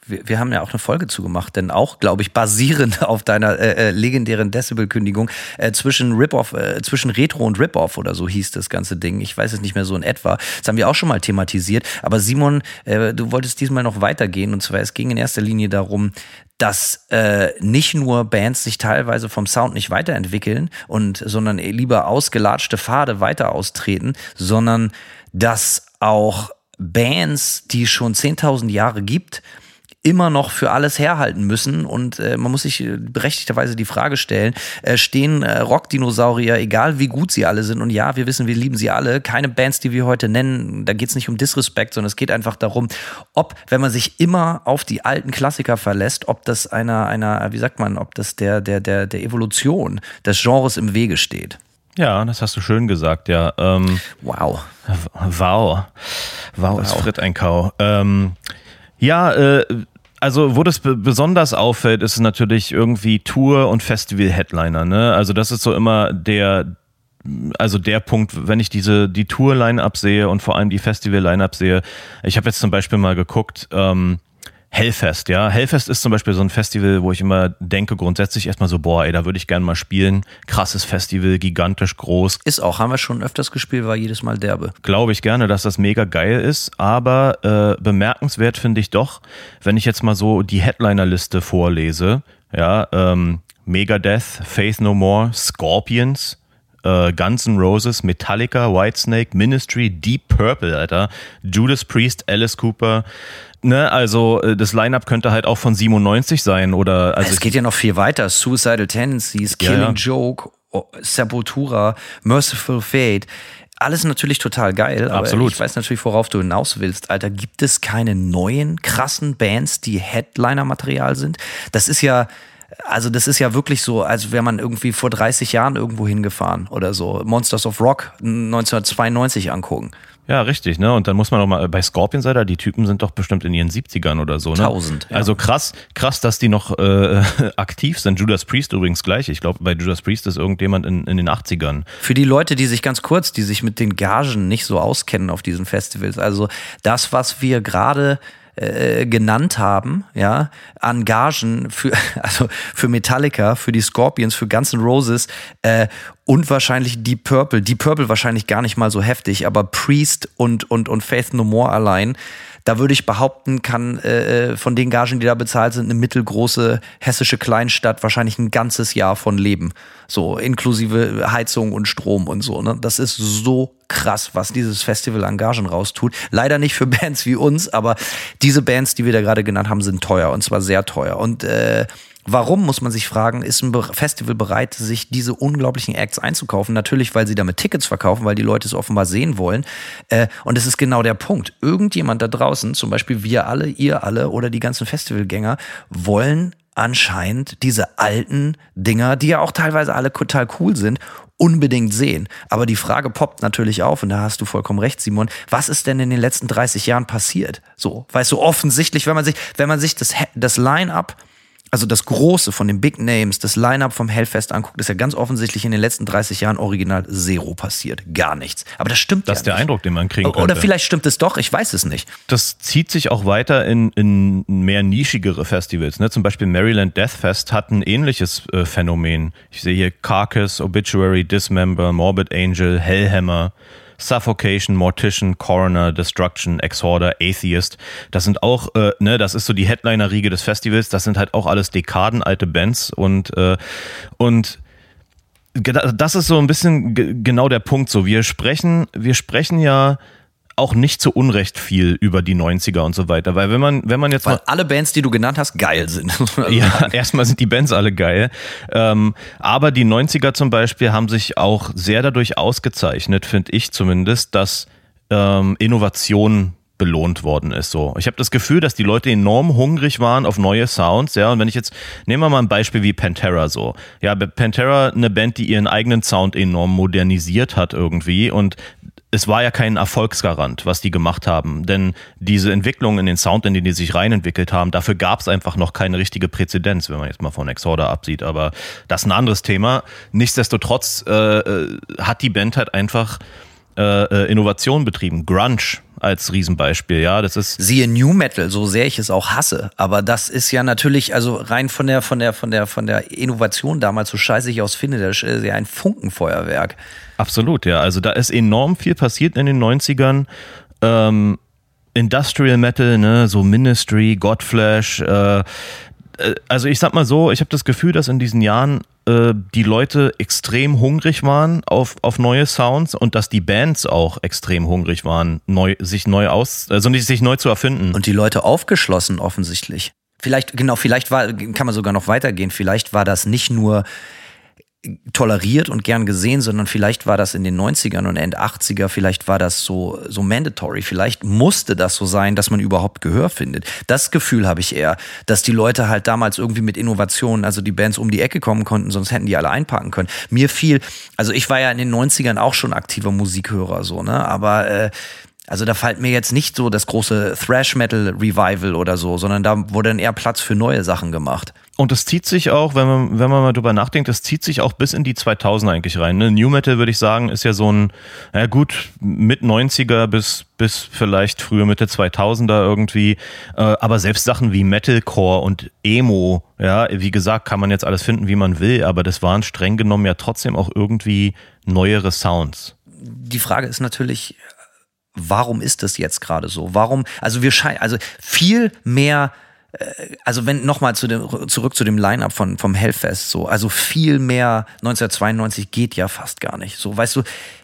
wir, wir haben ja auch eine Folge zugemacht, denn auch, glaube ich, basierend auf deiner äh, legendären Decibel-Kündigung äh, zwischen Rip-Off, äh, zwischen Retro und Rip-Off oder so hieß das ganze Ding. Ich weiß es nicht mehr so in etwa. Das haben wir auch schon mal thematisiert. Aber Simon, äh, du wolltest diesmal noch weitergehen, und zwar es ging in erster Linie darum, dass äh, nicht nur Bands sich teilweise vom Sound nicht weiterentwickeln und sondern lieber ausgelatschte Pfade weiter austreten, sondern dass auch Bands, die es schon zehntausend Jahre gibt, immer noch für alles herhalten müssen. Und äh, man muss sich berechtigterweise die Frage stellen, äh, stehen äh, Rockdinosaurier, egal wie gut sie alle sind, und ja, wir wissen, wir lieben sie alle, keine Bands, die wir heute nennen, da geht es nicht um Disrespect, sondern es geht einfach darum, ob, wenn man sich immer auf die alten Klassiker verlässt, ob das einer, einer, wie sagt man, ob das der, der, der, der Evolution des Genres im Wege steht. Ja, das hast du schön gesagt, ja. Ähm, wow. Wow. Wow, ist Fritt ein Kau. Ähm, ja, äh, also wo das b- besonders auffällt, ist natürlich irgendwie Tour- und Festival-Headliner, ne? Also das ist so immer der, also der Punkt, wenn ich diese die Tour-Line-Up sehe und vor allem die Festival-Line-Up sehe. Ich habe jetzt zum Beispiel mal geguckt, ähm, Hellfest, ja. Hellfest ist zum Beispiel so ein Festival, wo ich immer denke, grundsätzlich erstmal so, boah, ey, da würde ich gerne mal spielen. Krasses Festival, gigantisch groß. Ist auch, haben wir schon öfters gespielt, war jedes Mal derbe. Glaube ich gerne, dass das mega geil ist, aber äh, bemerkenswert finde ich doch, wenn ich jetzt mal so die Headliner-Liste vorlese, ja, ähm, Megadeth, Faith No More, Scorpions, äh, Guns N' Roses, Metallica, Whitesnake, Ministry, Deep Purple, Alter, Judas Priest, Alice Cooper. Ne, also das Line-Up könnte halt auch von siebenundneunzig sein oder also es geht ja noch viel weiter. Suicidal Tendencies, Killing ja, ja. Joke, Sepultura, Merciful Fate. Alles natürlich total geil, aber Absolut. Ich weiß natürlich, worauf du hinaus willst. Alter, gibt es keine neuen krassen Bands, die Headliner-Material sind? Das ist ja, also das ist ja wirklich so, als wäre man irgendwie vor dreißig Jahren irgendwo hingefahren oder so. Monsters of Rock neunzehnhundertzweiundneunzig angucken. Ja, richtig, ne? Und dann muss man auch mal, bei Scorpions, Alter, die Typen sind doch bestimmt in ihren siebzigern oder so, ne? Tausend. Ja. Also krass, krass, dass die noch äh, aktiv sind. Judas Priest übrigens gleich. Ich glaube, bei Judas Priest ist irgendjemand in, in den achtzigern. Für die Leute, die sich ganz kurz, die sich mit den Gagen nicht so auskennen auf diesen Festivals, also das, was wir gerade äh, genannt haben, ja, an Gagen für, also für Metallica, für die Scorpions, für Guns N' Roses, äh, und wahrscheinlich Deep Purple. Deep Purple wahrscheinlich gar nicht mal so heftig, aber Priest und, und, und Faith No More allein, da würde ich behaupten, kann äh, von den Gagen, die da bezahlt sind, eine mittelgroße hessische Kleinstadt wahrscheinlich ein ganzes Jahr von leben. So, inklusive Heizung und Strom und so, ne? Das ist so krass, was dieses Festival an Gagen raustut. Leider nicht für Bands wie uns, aber diese Bands, die wir da gerade genannt haben, sind teuer, und zwar sehr teuer. Und äh, warum, muss man sich fragen, ist ein Festival bereit, sich diese unglaublichen Acts einzukaufen? Natürlich, weil sie damit Tickets verkaufen, weil die Leute es offenbar sehen wollen. Äh, und es ist genau der Punkt. Irgendjemand da draußen, zum Beispiel wir alle, ihr alle oder die ganzen Festivalgänger, wollen anscheinend diese alten Dinger, die ja auch teilweise alle total cool sind, unbedingt sehen. Aber die Frage poppt natürlich auf, und da hast du vollkommen recht, Simon. Was ist denn in den letzten dreißig Jahren passiert? So, weißt du, offensichtlich, wenn man sich, wenn man sich das, das Line-Up, also das Große von den Big Names, das Line-Up vom Hellfest anguckt, ist ja ganz offensichtlich in den letzten dreißig Jahren original zero passiert. Gar nichts. Aber das stimmt ja nicht. Das ist der Eindruck, den man kriegen könnte. Oder vielleicht stimmt es doch, ich weiß es nicht. Das zieht sich auch weiter in, in mehr nischigere Festivals. Ne? Zum Beispiel Maryland Death Fest hat ein ähnliches äh, Phänomen. Ich sehe hier Carcass, Obituary, Dismember, Morbid Angel, Hellhammer, Suffocation, Mortician, Coroner, Destruction, Exhorder, Atheist. Das sind auch, äh, ne, das ist so die Headliner-Riege des Festivals. Das sind halt auch alles dekadenalte Bands und äh, und das ist so ein bisschen g- genau der Punkt. So, wir sprechen, wir sprechen ja auch nicht zu Unrecht viel über die neunziger und so weiter, weil wenn man, wenn man jetzt Weil mal alle Bands, die du genannt hast, geil sind. ja, erstmal sind die Bands alle geil, ähm, aber die neunziger zum Beispiel haben sich auch sehr dadurch ausgezeichnet, finde ich zumindest, dass ähm, Innovation belohnt worden ist. So, ich habe das Gefühl, dass die Leute enorm hungrig waren auf neue Sounds, ja. Und wenn ich jetzt, nehmen wir mal ein Beispiel wie Pantera so, ja, Pantera, eine Band, die ihren eigenen Sound enorm modernisiert hat irgendwie, und es war ja kein Erfolgsgarant, was die gemacht haben, denn diese Entwicklung in den Sound, in den die sich reinentwickelt haben, dafür gab es einfach noch keine richtige Präzedenz, wenn man jetzt mal von Exhorder absieht, aber das ist ein anderes Thema. Nichtsdestotrotz äh, hat die Band halt einfach äh, Innovation betrieben. Grunge, als Riesenbeispiel, ja, das ist... Siehe New Metal, so sehr ich es auch hasse, aber das ist ja natürlich, also rein von der, von der, von der, von der Innovation damals, so scheiße ich aus finde, das ist ja ein Funkenfeuerwerk. Absolut, ja, also da ist enorm viel passiert in den neunzigern, ähm, Industrial Metal, ne, so Ministry, Godflesh, äh, also ich sag mal so, ich habe das Gefühl, dass in diesen Jahren äh, die Leute extrem hungrig waren auf, auf neue Sounds und dass die Bands auch extrem hungrig waren, neu, sich neu aus, also nicht sich neu zu erfinden. Und die Leute aufgeschlossen offensichtlich. Vielleicht, genau, vielleicht war, kann man sogar noch weitergehen, vielleicht war das nicht nur toleriert und gern gesehen, sondern vielleicht war das in den neunzigern und End achtziger, vielleicht war das so, so mandatory, vielleicht musste das so sein, dass man überhaupt Gehör findet. Das Gefühl habe ich eher, dass die Leute halt damals irgendwie mit Innovationen, also die Bands um die Ecke kommen konnten, sonst hätten die alle einpacken können. Mir fiel, also ich war ja in den neunzigern auch schon aktiver Musikhörer, so, ne, aber, äh, also da fällt mir jetzt nicht so das große Thrash-Metal-Revival oder so, sondern da wurde dann eher Platz für neue Sachen gemacht. Und das zieht sich auch, wenn man, wenn man mal drüber nachdenkt, das zieht sich auch bis in die zweitausender eigentlich rein. Ne? New Metal, würde ich sagen, ist ja so ein, na gut, mit neunziger bis, bis vielleicht früher Mitte zweitausender irgendwie. Äh, aber selbst Sachen wie Metalcore und Emo, ja, wie gesagt, kann man jetzt alles finden, wie man will, aber das waren streng genommen ja trotzdem auch irgendwie neuere Sounds. Die Frage ist natürlich, warum ist das jetzt gerade so? Warum, also wir scheinen, also viel mehr, also wenn nochmal zu dem, zurück zu dem Line-Up von, vom Hellfest, so, also viel mehr neunzehnhundertzweiundneunzig geht ja fast gar nicht. So, weißt du,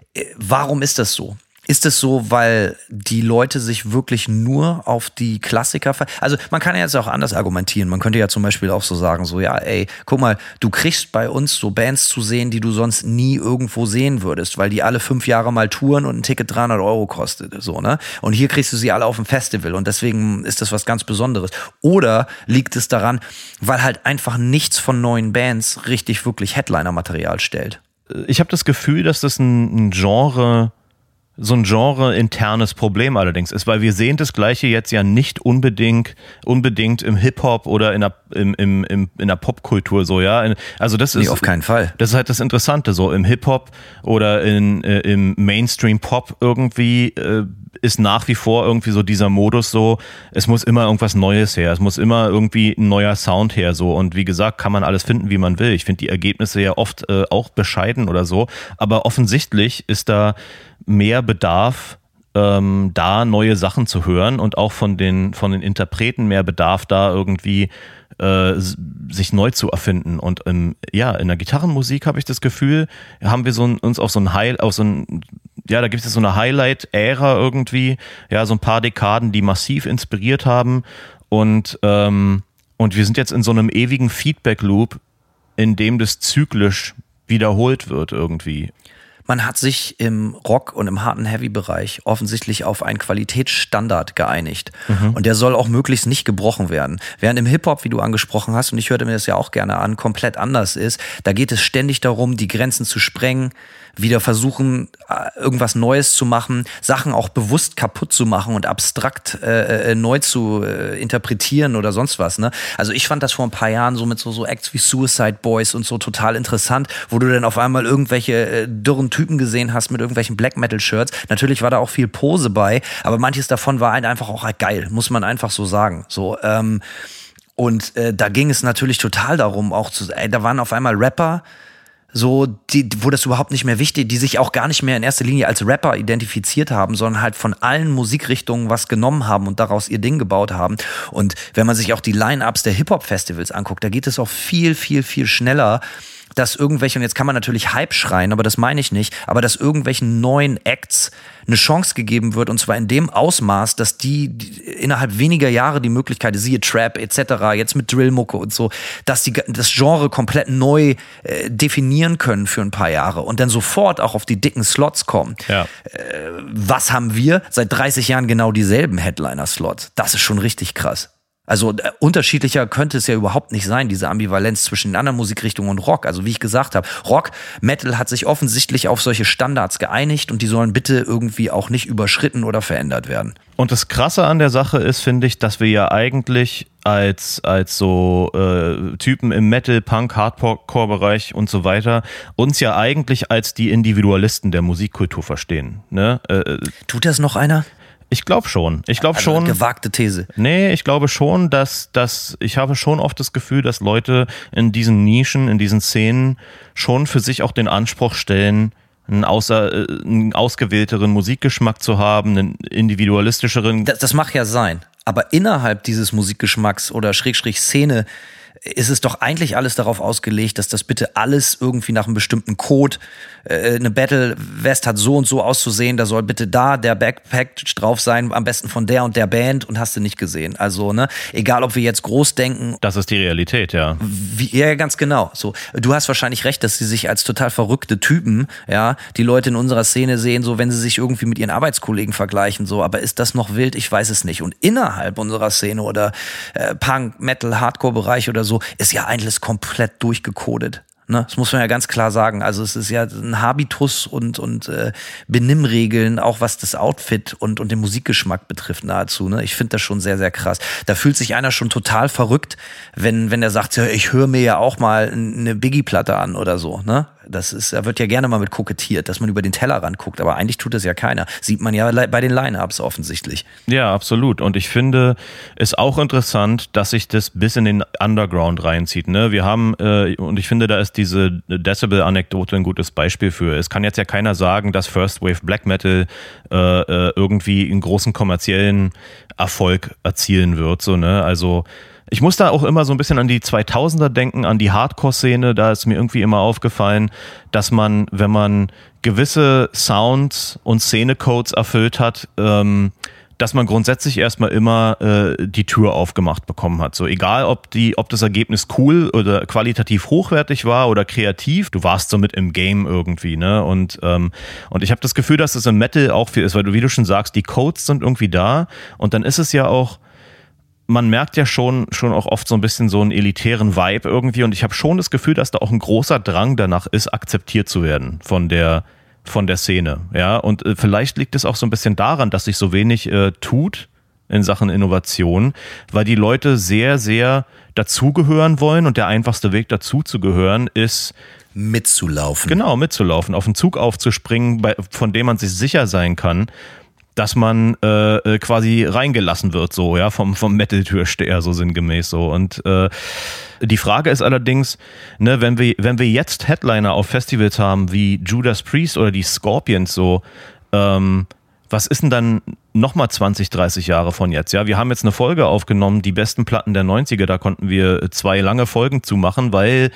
warum ist das so? Ist es so, weil die Leute sich wirklich nur auf die Klassiker ver... Also man kann ja jetzt auch anders argumentieren. Man könnte ja zum Beispiel auch so sagen, so ja, ey, guck mal, du kriegst bei uns so Bands zu sehen, die du sonst nie irgendwo sehen würdest, weil die alle fünf Jahre mal touren und ein Ticket dreihundert Euro kostet, so, ne? Und hier kriegst du sie alle auf dem Festival und deswegen ist das was ganz Besonderes. Oder liegt es daran, weil halt einfach nichts von neuen Bands richtig wirklich Headliner-Material stellt? Ich habe das Gefühl, dass das ein, ein Genre... so ein genre-internes Problem allerdings ist, weil wir sehen das Gleiche jetzt ja nicht unbedingt unbedingt im Hip-Hop oder in der, im, im, im, in der Popkultur so, ja. Also das ist, nee, auf keinen Fall. Das ist halt das Interessante, so im Hip-Hop oder in, äh, im Mainstream-Pop irgendwie äh, ist nach wie vor irgendwie so dieser Modus so, es muss immer irgendwas Neues her, es muss immer irgendwie ein neuer Sound her so und wie gesagt, kann man alles finden, wie man will. Ich finde die Ergebnisse ja oft äh, auch bescheiden oder so, aber offensichtlich ist da mehr Bedarf, ähm, da neue Sachen zu hören und auch von den, von den Interpreten mehr Bedarf, da irgendwie äh, sich neu zu erfinden. Und ähm, ja, in der Gitarrenmusik habe ich das Gefühl, haben wir so ein, uns auf so ein High, auf so ein, ja, da gibt es so eine Highlight-Ära irgendwie, ja, so ein paar Dekaden, die massiv inspiriert haben und, ähm, und wir sind jetzt in so einem ewigen Feedback-Loop, in dem das zyklisch wiederholt wird irgendwie. Man hat sich im Rock- und im harten Heavy-Bereich offensichtlich auf einen Qualitätsstandard geeinigt. Mhm. Und der soll auch möglichst nicht gebrochen werden. Während im Hip-Hop, wie du angesprochen hast, und ich hörte mir das ja auch gerne an, komplett anders ist, da geht es ständig darum, die Grenzen zu sprengen, wieder versuchen, irgendwas Neues zu machen, Sachen auch bewusst kaputt zu machen und abstrakt äh, neu zu äh, interpretieren oder sonst was. Ne? Also ich fand das vor ein paar Jahren so mit so, so Acts wie Suicide Boys und so total interessant, wo du dann auf einmal irgendwelche äh, dürren Typen gesehen hast mit irgendwelchen Black Metal Shirts. Natürlich war da auch viel Pose bei, aber manches davon war halt einfach auch halt geil, muss man einfach so sagen. So, ähm, und äh, da ging es natürlich total darum, auch zu, ey, da waren auf einmal Rapper, so, die, wo das überhaupt nicht mehr wichtig, die sich auch gar nicht mehr in erster Linie als Rapper identifiziert haben, sondern halt von allen Musikrichtungen was genommen haben und daraus ihr Ding gebaut haben. Und wenn man sich auch die Line-Ups der Hip-Hop-Festivals anguckt, da geht es auch viel, viel, viel schneller, dass irgendwelche, und jetzt kann man natürlich Hype schreien, aber das meine ich nicht, aber dass irgendwelchen neuen Acts eine Chance gegeben wird, und zwar in dem Ausmaß, dass die, die innerhalb weniger Jahre die Möglichkeit, siehe Trap et cetera, jetzt mit Drillmucke und so, dass die das Genre komplett neu äh, definieren können für ein paar Jahre und dann sofort auch auf die dicken Slots kommen. Ja. Äh, was haben wir? Seit dreißig Jahren genau dieselben Headliner-Slots. Das ist schon richtig krass. Also äh, unterschiedlicher könnte es ja überhaupt nicht sein, diese Ambivalenz zwischen den anderen Musikrichtungen und Rock. Also wie ich gesagt habe, Rock, Metal hat sich offensichtlich auf solche Standards geeinigt und die sollen bitte irgendwie auch nicht überschritten oder verändert werden. Und das Krasse an der Sache ist, finde ich, dass wir ja eigentlich als, als so äh, Typen im Metal, Punk, Hardcore-Bereich und so weiter uns ja eigentlich als die Individualisten der Musikkultur verstehen. Ne? Äh, Tut das noch einer? Ich glaube schon. Ich glaube also schon. Gewagte These. Nee, ich glaube schon, dass, dass ich habe schon oft das Gefühl, dass Leute in diesen Nischen, in diesen Szenen schon für sich auch den Anspruch stellen, einen, außer, einen ausgewählteren Musikgeschmack zu haben, einen individualistischeren. Das, das mag ja sein. Aber innerhalb dieses Musikgeschmacks oder Schrägstrich Szene ist es doch eigentlich alles darauf ausgelegt, dass das bitte alles irgendwie nach einem bestimmten Code, äh, eine Battle-West hat so und so auszusehen, da soll bitte da der Backpack drauf sein, am besten von der und der Band und hast du nicht gesehen. Also, ne, egal ob wir jetzt groß denken. Das ist die Realität, ja. Wie, ja, ganz genau. So, du hast wahrscheinlich recht, dass sie sich als total verrückte Typen, ja, die Leute in unserer Szene sehen, so wenn sie sich irgendwie mit ihren Arbeitskollegen vergleichen, so, aber ist das noch wild? Ich weiß es nicht. Und innerhalb unserer Szene oder äh, Punk, Metal, Hardcore-Bereich oder so, ist ja eigentlich komplett durchgecodet. Ne? Das muss man ja ganz klar sagen. Also es ist ja ein Habitus und, und äh, Benimmregeln, auch was das Outfit und, und den Musikgeschmack betrifft nahezu. Ne? Ich finde das schon sehr, sehr krass. Da fühlt sich einer schon total verrückt, wenn, wenn er sagt, ja, ich höre mir ja auch mal eine Biggie-Platte an oder so. Ne? Das ist, da wird ja gerne mal mit kokettiert, dass man über den Tellerrand guckt, aber eigentlich tut das ja keiner. Sieht man ja bei den Line-Ups offensichtlich. Ja, absolut. Und ich finde es auch interessant, dass sich das bis in den Underground reinzieht. Ne? Wir haben, äh, und ich finde, da ist diese Decibel-Anekdote ein gutes Beispiel für. Es kann jetzt ja keiner sagen, dass First Wave Black Metal äh, äh, irgendwie einen großen kommerziellen Erfolg erzielen wird. So, ne? Also ich muss da auch immer so ein bisschen an die zweitausender denken, an die Hardcore-Szene. Da ist mir irgendwie immer aufgefallen, dass man, wenn man gewisse Sounds und Szene-Codes erfüllt hat, ähm, dass man grundsätzlich erstmal immer äh, die Tür aufgemacht bekommen hat. So egal, ob die, ob das Ergebnis cool oder qualitativ hochwertig war oder kreativ, du warst so mit im Game irgendwie, ne? Und ähm, und ich habe das Gefühl, dass es im Metal auch viel ist, weil du, wie du schon sagst, die Codes sind irgendwie da und dann ist es ja auch, man merkt ja schon, schon auch oft so ein bisschen so einen elitären Vibe irgendwie und ich habe schon das Gefühl, dass da auch ein großer Drang danach ist, akzeptiert zu werden von der, von der Szene. Ja, und äh, vielleicht liegt es auch so ein bisschen daran, dass sich so wenig äh, tut in Sachen Innovation, weil die Leute sehr, sehr dazugehören wollen und der einfachste Weg dazu zu gehören ist, mitzulaufen. Genau, mitzulaufen, auf einen Zug aufzuspringen, bei, von dem man sich sicher sein kann, dass man äh, quasi reingelassen wird, so, ja, vom, vom Metal-Türsteher, so sinngemäß so. Und äh, die Frage ist allerdings, ne, wenn wir, wenn wir jetzt Headliner auf Festivals haben wie Judas Priest oder die Scorpions, so, ähm, was ist denn dann nochmal zwanzig, dreißig Jahre von jetzt? Ja, wir haben jetzt eine Folge aufgenommen, die besten Platten der neunziger, da konnten wir zwei lange Folgen zu machen, weil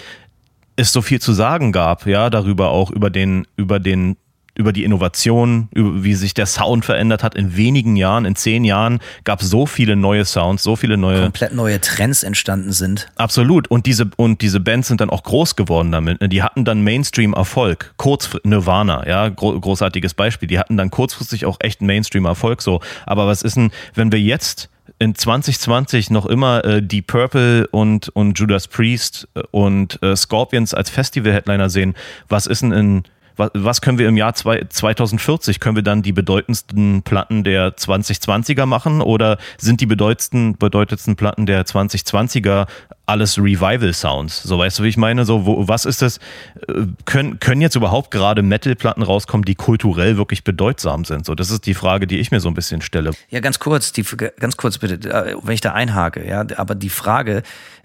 es so viel zu sagen gab, ja, darüber auch, über den, über den über die Innovation, über wie sich der Sound verändert hat in wenigen Jahren, in zehn Jahren gab es so viele neue Sounds, so viele neue... Komplett neue Trends entstanden sind. Absolut. Und diese, und diese Bands sind dann auch groß geworden damit. Die hatten dann Mainstream-Erfolg. Kurz Nirvana, ja, großartiges Beispiel. Die hatten dann kurzfristig auch echt Mainstream-Erfolg so. Aber was ist denn, wenn wir jetzt in zwanzig zwanzig noch immer äh, Deep Purple und, und Judas Priest und äh, Scorpions als Festival-Headliner sehen, was ist denn in... Was können wir im Jahr zwanzig vierzig? Können wir dann die bedeutendsten Platten der zwanzig zwanziger machen oder sind die bedeutendsten, bedeutendsten Platten der zwanzig zwanziger alles Revival-Sounds? So, weißt du, wie ich meine? So, wo, was ist das? Können, können jetzt überhaupt gerade Metal-Platten rauskommen, die kulturell wirklich bedeutsam sind? So, das ist die Frage, die ich mir so ein bisschen stelle. Ja, ganz kurz, die, ganz kurz bitte, wenn ich da einhake, ja, aber die Frage,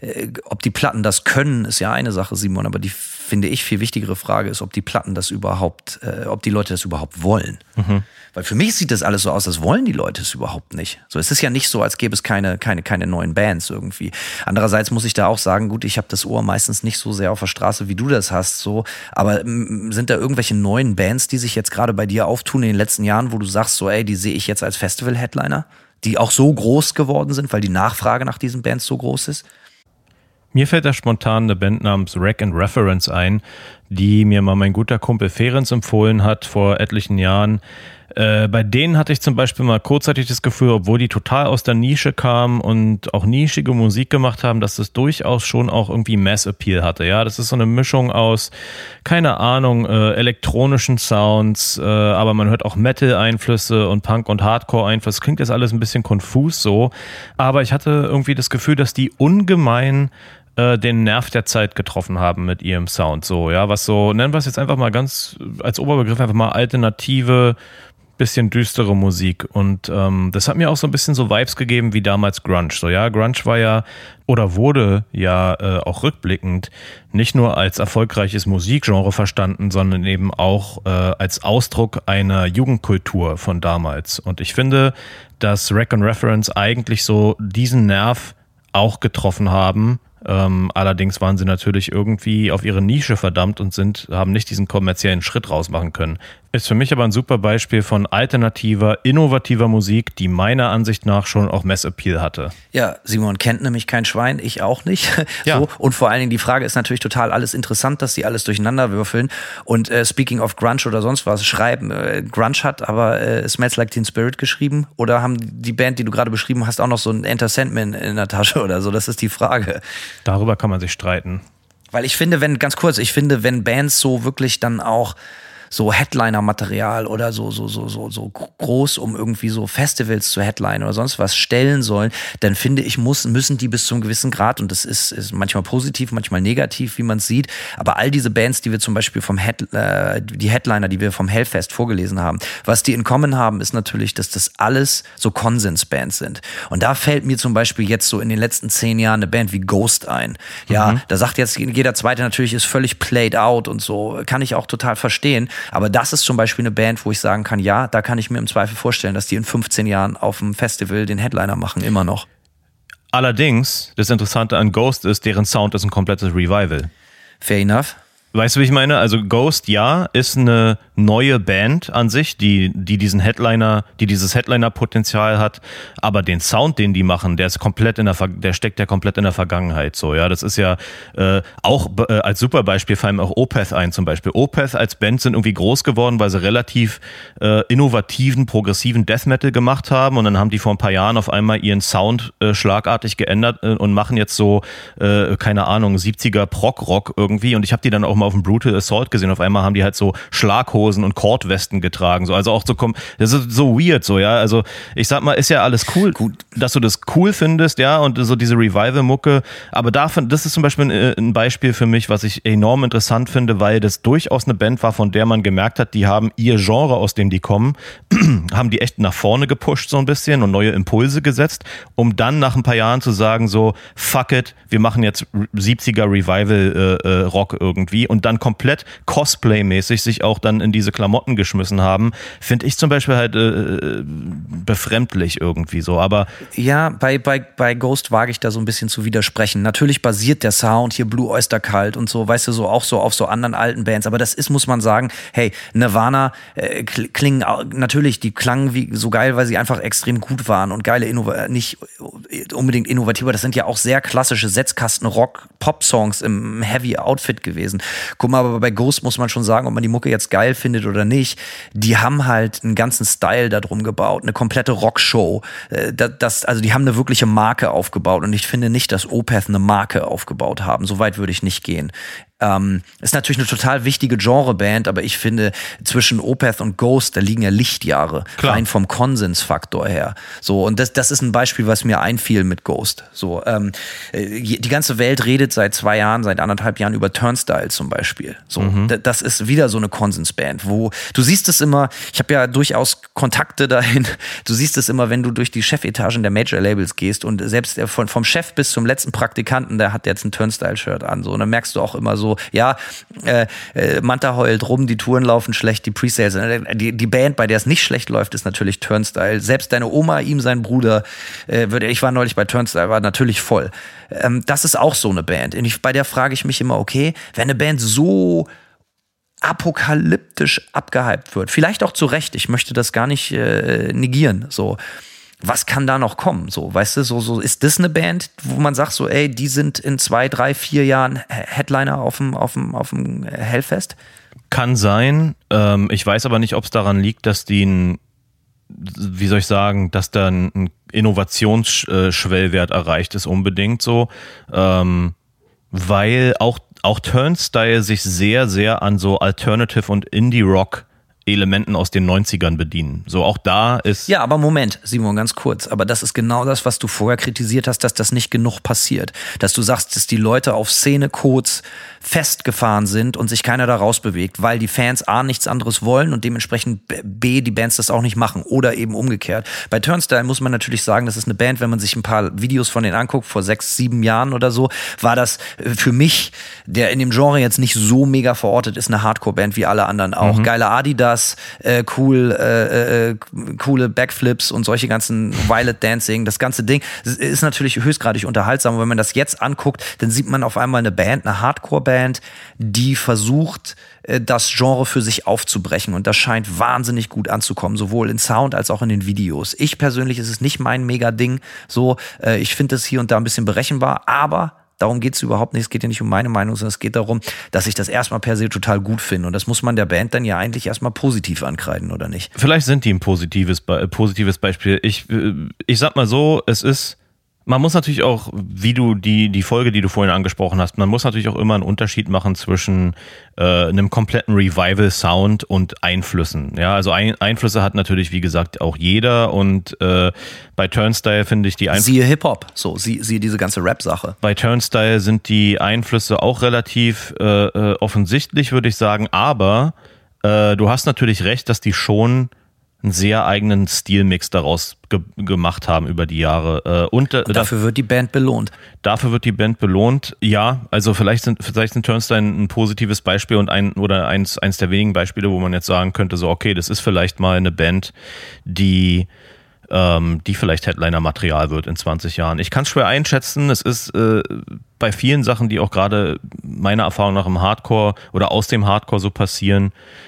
ob die Platten das können, ist ja eine Sache, Simon, aber die finde ich viel wichtigere Frage ist, ob die Platten das überhaupt, äh, ob die Leute das überhaupt wollen. Mhm. Weil für mich sieht das alles so aus, als wollen die Leute es überhaupt nicht. So, es ist ja nicht so, als gäbe es keine, keine, keine neuen Bands irgendwie. Andererseits muss ich da auch sagen, gut, ich habe das Ohr meistens nicht so sehr auf der Straße, wie du das hast, so. Aber m- sind da irgendwelche neuen Bands, die sich jetzt gerade bei dir auftun in den letzten Jahren, wo du sagst, so, ey, die sehe ich jetzt als Festival-Headliner, die auch so groß geworden sind, weil die Nachfrage nach diesen Bands so groß ist? Mir fällt da spontan eine Band namens Rack and Reference ein, die mir mal mein guter Kumpel Ferenc empfohlen hat vor etlichen Jahren. Äh, bei denen hatte ich zum Beispiel mal kurzzeitig das Gefühl, obwohl die total aus der Nische kamen und auch nischige Musik gemacht haben, dass das durchaus schon auch irgendwie Mass-Appeal hatte. Ja, das ist so eine Mischung aus, keine Ahnung, äh, elektronischen Sounds, äh, aber man hört auch Metal-Einflüsse und Punk- und Hardcore-Einflüsse. Klingt jetzt alles ein bisschen konfus so, aber ich hatte irgendwie das Gefühl, dass die ungemein den Nerv der Zeit getroffen haben mit ihrem Sound. So, ja, was so, nennen wir es jetzt einfach mal ganz als Oberbegriff, einfach mal alternative bisschen düstere Musik und ähm, das hat mir auch so ein bisschen so Vibes gegeben wie damals Grunge. So, ja, Grunge war ja oder wurde ja äh, auch rückblickend nicht nur als erfolgreiches Musikgenre verstanden, sondern eben auch äh, als Ausdruck einer Jugendkultur von damals. Und ich finde, dass Rack und Reference eigentlich so diesen Nerv auch getroffen haben. Ähm, allerdings waren sie natürlich irgendwie auf ihre Nische verdammt und sind, haben nicht diesen kommerziellen Schritt rausmachen können. Ist für mich aber ein super Beispiel von alternativer, innovativer Musik, die meiner Ansicht nach schon auch Mass-Appeal hatte. Ja, Simon kennt nämlich kein Schwein, ich auch nicht. Ja. So, und vor allen Dingen die Frage ist natürlich total alles interessant, dass sie alles durcheinander würfeln. Und äh, speaking of Grunge oder sonst was, schreiben, äh, Grunge hat aber äh, Smells Like Teen Spirit geschrieben oder haben die Band, die du gerade beschrieben hast, auch noch so ein Enter Sandman in der Tasche oder so? Das ist die Frage. Darüber kann man sich streiten. Weil ich finde, wenn, ganz kurz, ich finde, wenn Bands so wirklich dann auch so Headliner-Material oder so, so, so, so, so groß, um irgendwie so Festivals zu headlinen oder sonst was stellen sollen, dann finde ich, muss, müssen die bis zu einem gewissen Grad, und das ist, ist manchmal positiv, manchmal negativ, wie man es sieht, aber all diese Bands, die wir zum Beispiel vom Head, äh, die Headliner, die wir vom Hellfest vorgelesen haben, was die in Common haben, ist natürlich, dass das alles so Konsensbands sind. Und da fällt mir zum Beispiel jetzt so in den letzten zehn Jahren eine Band wie Ghost ein. Ja, mhm. Da sagt jetzt jeder Zweite natürlich, ist völlig played out und so, kann ich auch total verstehen. Aber das ist zum Beispiel eine Band, wo ich sagen kann, ja, da kann ich mir im Zweifel vorstellen, dass die in fünfzehn Jahren auf dem Festival den Headliner machen, immer noch. Allerdings, das Interessante an Ghost ist, deren Sound ist ein komplettes Revival. Fair enough. Weißt du, wie ich meine? Also Ghost, ja, ist eine neue Band an sich, die, die diesen Headliner, die dieses Headliner-Potenzial hat, aber den Sound, den die machen, der ist komplett in der, der steckt ja komplett in der Vergangenheit, so, ja. Das ist ja äh, auch äh, als super Beispiel fallen mir auch Opeth ein zum Beispiel. Opeth als Band sind irgendwie groß geworden, weil sie relativ äh, innovativen, progressiven Death Metal gemacht haben und dann haben die vor ein paar Jahren auf einmal ihren Sound äh, schlagartig geändert äh, und machen jetzt so, äh, keine Ahnung, siebziger Prog-Rock irgendwie, und ich habe die dann auch mal auf dem Brutal Assault gesehen. Auf einmal haben die halt so Schlaghosen und Kordwesten getragen. So, also auch so, das ist so weird, so, ja. Also ich sag mal, ist ja alles cool, gut, dass du das cool findest, ja, und so diese Revival-Mucke. Aber davon, das ist zum Beispiel ein, ein Beispiel für mich, was ich enorm interessant finde, weil das durchaus eine Band war, von der man gemerkt hat, die haben ihr Genre, aus dem die kommen, haben die echt nach vorne gepusht so ein bisschen und neue Impulse gesetzt, um dann nach ein paar Jahren zu sagen so, fuck it, wir machen jetzt siebziger Revival-Rock äh, irgendwie, und dann komplett Cosplay-mäßig sich auch dann in diese Klamotten geschmissen haben, finde ich zum Beispiel halt äh, befremdlich irgendwie so, aber... Ja, bei, bei, bei Ghost wage ich da so ein bisschen zu widersprechen. Natürlich basiert der Sound, hier Blue Oyster Cult und so, weißt du, so auch so auf so anderen alten Bands, aber das ist, muss man sagen, hey, Nirvana äh, klingen, natürlich, die klangen wie so geil, weil sie einfach extrem gut waren und geile, Innova- nicht unbedingt innovativ, aber das sind ja auch sehr klassische Setzkasten-Rock-Pop-Songs im Heavy-Outfit gewesen. Guck mal, aber bei Ghost muss man schon sagen, ob man die Mucke jetzt geil findet oder nicht, die haben halt einen ganzen Style da drum gebaut, eine komplette Rockshow. Das, das, also die haben eine wirkliche Marke aufgebaut und ich finde nicht, dass Opeth eine Marke aufgebaut haben. So weit würde ich nicht gehen. Ähm, ist natürlich eine total wichtige Genreband, aber ich finde, zwischen Opeth und Ghost, da liegen ja Lichtjahre. Klar. Rein vom Konsensfaktor her. So, und das, das ist ein Beispiel, was mir einfiel mit Ghost. So, ähm, die ganze Welt redet seit zwei Jahren, seit anderthalb Jahren über Turnstile zum Beispiel. So, mhm. d- das ist wieder so eine Konsensband, wo du siehst es immer, ich habe ja durchaus Kontakte dahin, du siehst es immer, wenn du durch die Chefetagen der Major-Labels gehst und selbst von, vom Chef bis zum letzten Praktikanten, der hat jetzt ein Turnstile-Shirt an. So, und dann merkst du auch immer so, ja, äh, äh, Manta heult rum, die Touren laufen schlecht, die Presales, die, die Band, bei der es nicht schlecht läuft, ist natürlich Turnstile. Selbst deine Oma, ihm sein Bruder, äh, würde, ich war neulich bei Turnstile, war natürlich voll. Ähm, das ist auch so eine Band. Und ich, bei der frage ich mich immer, okay, wenn eine Band so apokalyptisch abgehypt wird, vielleicht auch zu Recht, ich möchte das gar nicht äh, negieren, so, was kann da noch kommen? So, weißt du, so, so ist das eine Band, wo man sagt, so, ey, die sind in zwei, drei, vier Jahren Headliner auf dem, auf dem, auf dem Hellfest? Kann sein. Ähm, ich weiß aber nicht, ob es daran liegt, dass die ein, wie soll ich sagen, dass da ein Innovationsschwellwert erreicht ist, unbedingt so. Ähm, weil auch, auch Turnstile sich sehr, sehr an so Alternative und Indie-Rock Elementen aus den neunzigern bedienen. So auch da ist... Ja, aber Moment, Simon, ganz kurz. Aber das ist genau das, was du vorher kritisiert hast, dass das nicht genug passiert. Dass du sagst, dass die Leute auf Szenecodes festgefahren sind und sich keiner da rausbewegt, weil die Fans A, nichts anderes wollen und dementsprechend B, die Bands das auch nicht machen. Oder eben umgekehrt. Bei Turnstile muss man natürlich sagen, das ist eine Band, wenn man sich ein paar Videos von denen anguckt, vor sechs, sieben Jahren oder so, war das für mich, der in dem Genre jetzt nicht so mega verortet ist, eine Hardcore-Band wie alle anderen auch. Mhm. Geile Adidas, Äh, cool, äh, äh, coole Backflips und solche ganzen Violet Dancing, das ganze Ding ist natürlich höchstgradig unterhaltsam. Und wenn man das jetzt anguckt, dann sieht man auf einmal eine Band, eine Hardcore-Band, die versucht, äh, das Genre für sich aufzubrechen. Und das scheint wahnsinnig gut anzukommen, sowohl in Sound als auch in den Videos. Ich persönlich ist es nicht mein Mega-Ding. So, äh, ich finde es hier und da ein bisschen berechenbar, aber darum geht es überhaupt nicht. Es geht ja nicht um meine Meinung, sondern es geht darum, dass ich das erstmal per se total gut finde. Und das muss man der Band dann ja eigentlich erstmal positiv ankreiden, oder nicht? Vielleicht sind die ein positives, Be- positives Beispiel. Ich, ich sag mal so, es ist, man muss natürlich auch, wie du die, die Folge, die du vorhin angesprochen hast, man muss natürlich auch immer einen Unterschied machen zwischen äh, einem kompletten Revival-Sound und Einflüssen. Ja, also ein, Einflüsse hat natürlich, wie gesagt, auch jeder und äh, bei Turnstile finde ich die Einflüsse... Siehe Hip-Hop, so, sie, siehe diese ganze Rap-Sache. Bei Turnstile sind die Einflüsse auch relativ äh, äh, offensichtlich, würde ich sagen, aber äh, du hast natürlich recht, dass die schon einen sehr eigenen Stilmix daraus ge- gemacht haben über die Jahre. Äh, und, äh, und dafür wird die Band belohnt. Dafür wird die Band belohnt. Ja, also vielleicht sind vielleicht sind Turnstile ein positives Beispiel und ein oder eins eins der wenigen Beispiele, wo man jetzt sagen könnte, so okay, das ist vielleicht mal eine Band, die ähm, die vielleicht Headliner-Material wird in zwanzig Jahren. Ich kann es schwer einschätzen. Es ist äh, bei vielen Sachen, die auch gerade meiner Erfahrung nach im Hardcore oder aus dem Hardcore so passieren,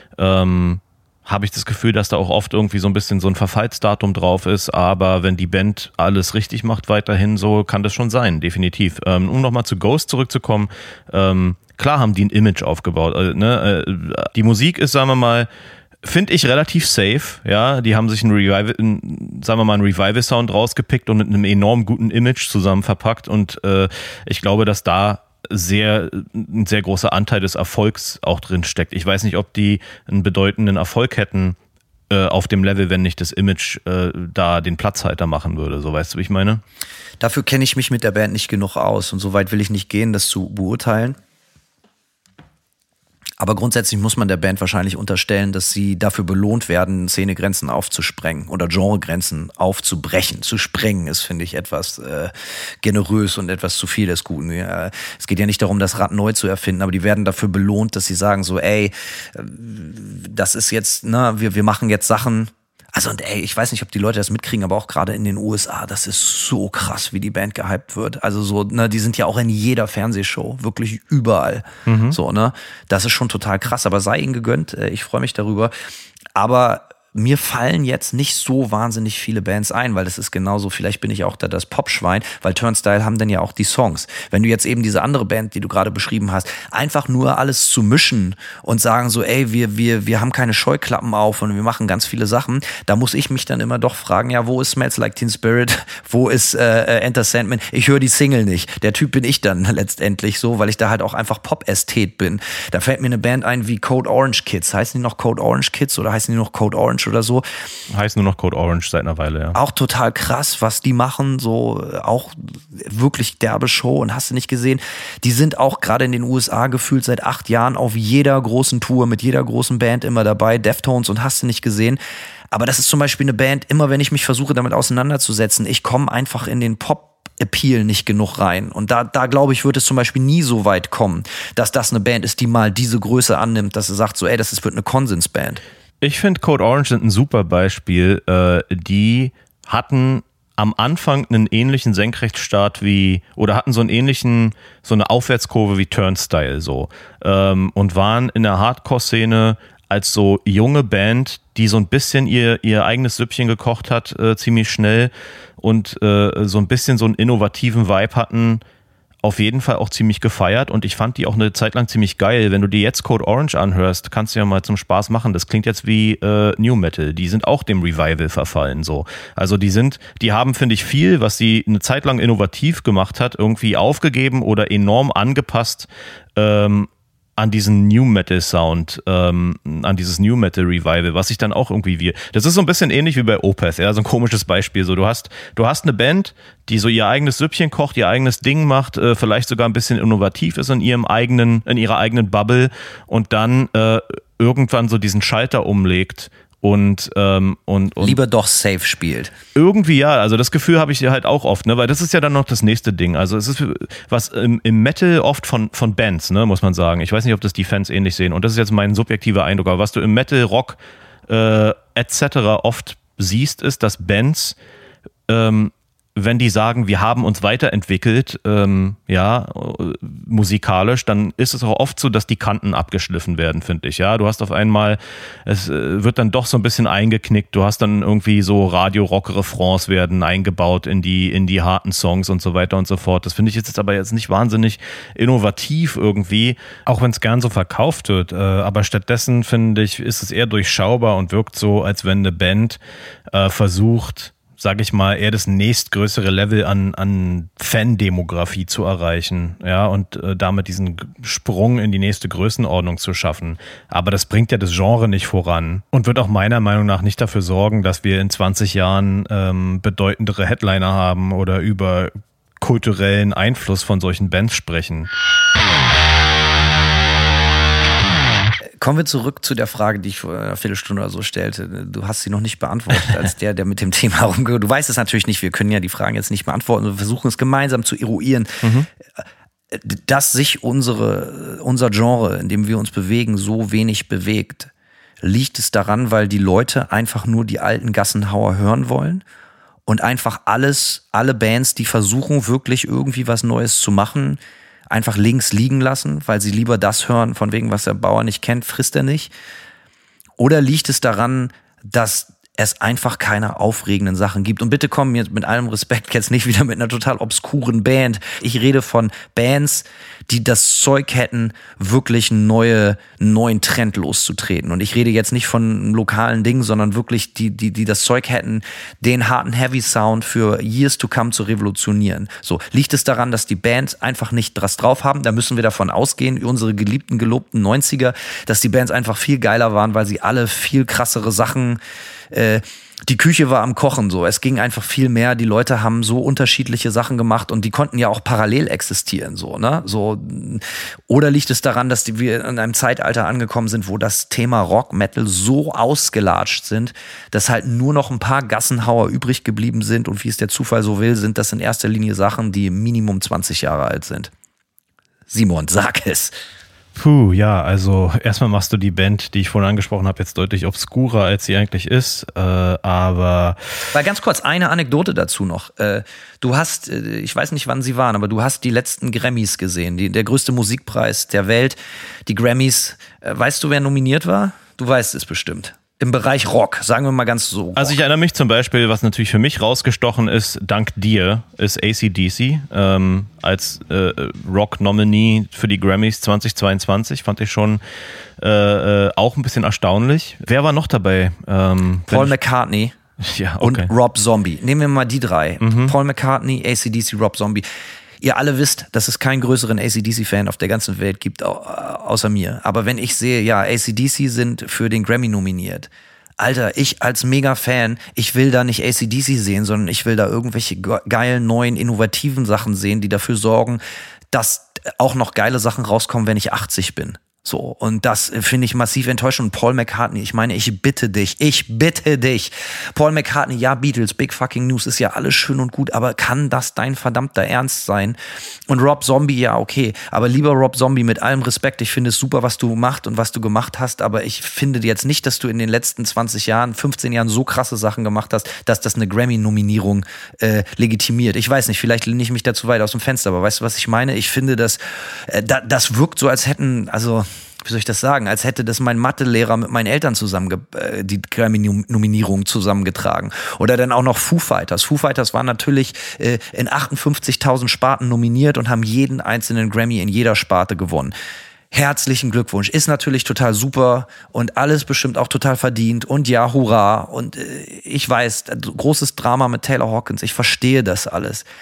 ähm, habe ich das Gefühl, dass da auch oft irgendwie so ein bisschen so ein Verfallsdatum drauf ist, aber wenn die Band alles richtig macht weiterhin, so kann das schon sein, definitiv. Ähm, um nochmal zu Ghost zurückzukommen, ähm, klar haben die ein Image aufgebaut. Also, ne, äh, die Musik ist, sagen wir mal, finde ich relativ safe, ja, die haben sich einen Revival, einen, sagen wir mal, einen Revival-Sound rausgepickt und mit einem enorm guten Image zusammen verpackt und äh, ich glaube, dass da sehr, ein sehr großer Anteil des Erfolgs auch drin steckt. Ich weiß nicht, ob die einen bedeutenden Erfolg hätten äh, auf dem Level, wenn nicht das Image äh, da den Platzhalter machen würde. So, weißt du, wie ich meine? Dafür kenne ich mich mit der Band nicht genug aus und so weit will ich nicht gehen, das zu beurteilen. Aber grundsätzlich muss man der Band wahrscheinlich unterstellen, dass sie dafür belohnt werden, Szenegrenzen aufzusprengen oder Genregrenzen aufzubrechen. Zu sprengen ist, finde ich, etwas äh, generös und etwas zu viel des Guten. Ja, es geht ja nicht darum, das Rad neu zu erfinden, aber die werden dafür belohnt, dass sie sagen so, ey, das ist jetzt, ne, wir, wir machen jetzt Sachen. Also und ey, ich weiß nicht, ob die Leute das mitkriegen, aber auch gerade in den U S A, das ist so krass, wie die Band gehypt wird. Also so, ne, die sind ja auch in jeder Fernsehshow, wirklich überall. Mhm. So, ne, das ist schon total krass, aber sei ihnen gegönnt, ich freue mich darüber. Aber mir fallen jetzt nicht so wahnsinnig viele Bands ein, weil das ist genauso, vielleicht bin ich auch da das Popschwein, weil Turnstile haben dann ja auch die Songs. Wenn du jetzt eben diese andere Band, die du gerade beschrieben hast, einfach nur alles zu mischen und sagen so, ey, wir, wir, wir haben keine Scheuklappen auf und wir machen ganz viele Sachen, da muss ich mich dann immer doch fragen, ja, wo ist Smells Like Teen Spirit, wo ist äh, Enter Sandman? Ich höre die Single nicht. Der Typ bin ich dann letztendlich so, weil ich da halt auch einfach Pop-Ästhet bin. Da fällt mir eine Band ein wie Code Orange Kids. Heißen die noch Code Orange Kids oder heißen die noch Code Orange oder so? Heißt nur noch Code Orange seit einer Weile, ja. Auch total krass, was die machen, so auch wirklich derbe Show und hast du nicht gesehen. Die sind auch gerade in den U S A gefühlt seit acht Jahren auf jeder großen Tour mit jeder großen Band immer dabei, Deftones und hast du nicht gesehen. Aber das ist zum Beispiel eine Band, immer wenn ich mich versuche damit auseinanderzusetzen, ich komme einfach in den Pop Appeal nicht genug rein. Und da, da glaube ich, wird es zum Beispiel nie so weit kommen, dass das eine Band ist, die mal diese Größe annimmt, dass sie sagt so, ey, das ist, wird eine Konsensband. Ich finde Code Orange sind ein super Beispiel. Äh, die hatten am Anfang einen ähnlichen Senkrechtstart wie, oder hatten so einen ähnlichen, so eine Aufwärtskurve wie Turnstile so. Ähm, und waren in der Hardcore-Szene als so junge Band, die so ein bisschen ihr, ihr eigenes Süppchen gekocht hat, äh, ziemlich schnell und äh, so ein bisschen so einen innovativen Vibe hatten, auf jeden Fall auch ziemlich gefeiert und ich fand die auch eine Zeit lang ziemlich geil. Wenn du dir jetzt Code Orange anhörst, kannst du ja mal zum Spaß machen. Das klingt jetzt wie äh, New Metal. Die sind auch dem Revival verfallen so. Also die sind, die haben, finde ich, viel, was sie eine Zeit lang innovativ gemacht hat, irgendwie aufgegeben oder enorm angepasst, ähm, an diesen New Metal Sound, ähm, an dieses New Metal Revival, was ich dann auch irgendwie wie, das ist so ein bisschen ähnlich wie bei Opeth, ja, so ein komisches Beispiel, so du hast, du hast eine Band, die so ihr eigenes Süppchen kocht, ihr eigenes Ding macht, äh, vielleicht sogar ein bisschen innovativ ist in ihrem eigenen, in ihrer eigenen Bubble und dann äh, irgendwann so diesen Schalter umlegt und, ähm, und, und lieber doch safe spielt. Irgendwie ja, also das Gefühl habe ich halt auch oft, ne, weil das ist ja dann noch das nächste Ding. Also es ist was im, im Metal oft von, von Bands, ne, muss man sagen. Ich weiß nicht, ob das die Fans ähnlich sehen und das ist jetzt mein subjektiver Eindruck, aber was du im Metal, Rock äh, et cetera oft siehst, ist, dass Bands ähm, wenn die sagen, wir haben uns weiterentwickelt, ähm, ja, musikalisch, dann ist es auch oft so, dass die Kanten abgeschliffen werden, finde ich. Ja, du hast auf einmal, es äh, wird dann doch so ein bisschen eingeknickt. Du hast dann irgendwie so Radio-Rock-Refrains werden eingebaut in die in die harten Songs und so weiter und so fort. Das finde ich jetzt aber jetzt nicht wahnsinnig innovativ irgendwie, auch wenn es gern so verkauft wird. Äh, aber stattdessen finde ich, ist es eher durchschaubar und wirkt so, als wenn eine Band äh, versucht, sage ich mal, eher das nächstgrößere Level an, an Fan-Demografie zu erreichen, ja, und äh, damit diesen Sprung in die nächste Größenordnung zu schaffen. Aber das bringt ja das Genre nicht voran und wird auch meiner Meinung nach nicht dafür sorgen, dass wir in zwanzig Jahren ähm, bedeutendere Headliner haben oder über kulturellen Einfluss von solchen Bands sprechen. Kommen wir zurück zu der Frage, die ich vor einer Viertelstunde oder so stellte. Du hast sie noch nicht beantwortet als der, der mit dem Thema rumgeht. Du weißt es natürlich nicht, wir können ja die Fragen jetzt nicht beantworten. Wir versuchen es gemeinsam zu eruieren. Mhm. Dass sich unsere, unser Genre, in dem wir uns bewegen, so wenig bewegt, liegt es daran, weil die Leute einfach nur die alten Gassenhauer hören wollen und einfach alles, alle Bands, die versuchen, wirklich irgendwie was Neues zu machen, einfach links liegen lassen, weil sie lieber das hören, von wegen, was der Bauer nicht kennt, frisst er nicht? Oder liegt es daran, dass es einfach keine aufregenden Sachen gibt? Und bitte komm mir mit allem Respekt jetzt nicht wieder mit einer total obskuren Band. Ich rede von Bands, die das Zeug hätten, wirklich einen neue, neuen Trend loszutreten. Und ich rede jetzt nicht von einem lokalen Ding, sondern wirklich die, die, die das Zeug hätten, den harten Heavy Sound für Years to Come zu revolutionieren. So, liegt es daran, dass die Bands einfach nicht das drauf haben? Da müssen wir davon ausgehen, unsere geliebten, gelobten neunziger, dass die Bands einfach viel geiler waren, weil sie alle viel krassere Sachen, äh, die Küche war am Kochen, so. Es ging einfach viel mehr. Die Leute haben so unterschiedliche Sachen gemacht und die konnten ja auch parallel existieren, so, ne? So. Oder liegt es daran, dass die, wir in einem Zeitalter angekommen sind, wo das Thema Rock, Metal so ausgelatscht sind, dass halt nur noch ein paar Gassenhauer übrig geblieben sind und wie es der Zufall so will, sind das in erster Linie Sachen, die Minimum zwanzig Jahre alt sind. Simon, sag es. Puh, ja, also erstmal machst du die Band, die ich vorhin angesprochen habe, jetzt deutlich obskurer, als sie eigentlich ist, äh, aber... Weil ganz kurz, eine Anekdote dazu noch. Äh, du hast, äh, ich weiß nicht, wann sie waren, aber du hast die letzten Grammys gesehen, die, der größte Musikpreis der Welt, die Grammys. Äh, weißt du, wer nominiert war? Du weißt es bestimmt. Im Bereich Rock, sagen wir mal ganz so. Rock. Also ich erinnere mich zum Beispiel, was natürlich für mich rausgestochen ist, dank dir, ist A C D C ähm, als äh, Rock-Nominee für die Grammys zweitausendzweiundzwanzig, fand ich schon äh, auch ein bisschen erstaunlich. Wer war noch dabei? Ähm, Paul McCartney. Ja, okay. Und Rob Zombie. Nehmen wir mal die drei. Mhm. Paul McCartney, A C D C, Rob Zombie. Ihr alle wisst, dass es keinen größeren A C D C-Fan auf der ganzen Welt gibt, außer mir. Aber wenn ich sehe, ja, A C D C sind für den Grammy nominiert. Alter, ich als Mega-Fan, ich will da nicht A C D C sehen, sondern ich will da irgendwelche geilen, neuen, innovativen Sachen sehen, die dafür sorgen, dass auch noch geile Sachen rauskommen, wenn ich achtzig bin. So, und das finde ich massiv enttäuschend. Und Paul McCartney, ich meine, ich bitte dich, ich bitte dich. Paul McCartney, ja, Beatles, Big Fucking News, ist ja alles schön und gut, aber kann das dein verdammter Ernst sein? Und Rob Zombie, ja, okay, aber lieber Rob Zombie, mit allem Respekt, ich finde es super, was du machst und was du gemacht hast, aber ich finde jetzt nicht, dass du in den letzten zwanzig Jahren, fünfzehn Jahren so krasse Sachen gemacht hast, dass das eine Grammy-Nominierung äh, legitimiert. Ich weiß nicht, vielleicht lehne ich mich da zu weit aus dem Fenster, aber weißt du, was ich meine? Ich finde, dass äh, da, das wirkt so, als hätten, also wie soll ich das sagen, als hätte das mein Mathelehrer mit meinen Eltern zusammen äh, die Grammy-Nominierung zusammengetragen. Oder dann auch noch Foo Fighters. Foo Fighters waren natürlich äh, in achtundfünfzigtausend Sparten nominiert und haben jeden einzelnen Grammy in jeder Sparte gewonnen. Herzlichen Glückwunsch. Ist natürlich total super und alles bestimmt auch total verdient und ja, hurra. Und äh, ich weiß, großes Drama mit Taylor Hawkins, ich verstehe das alles.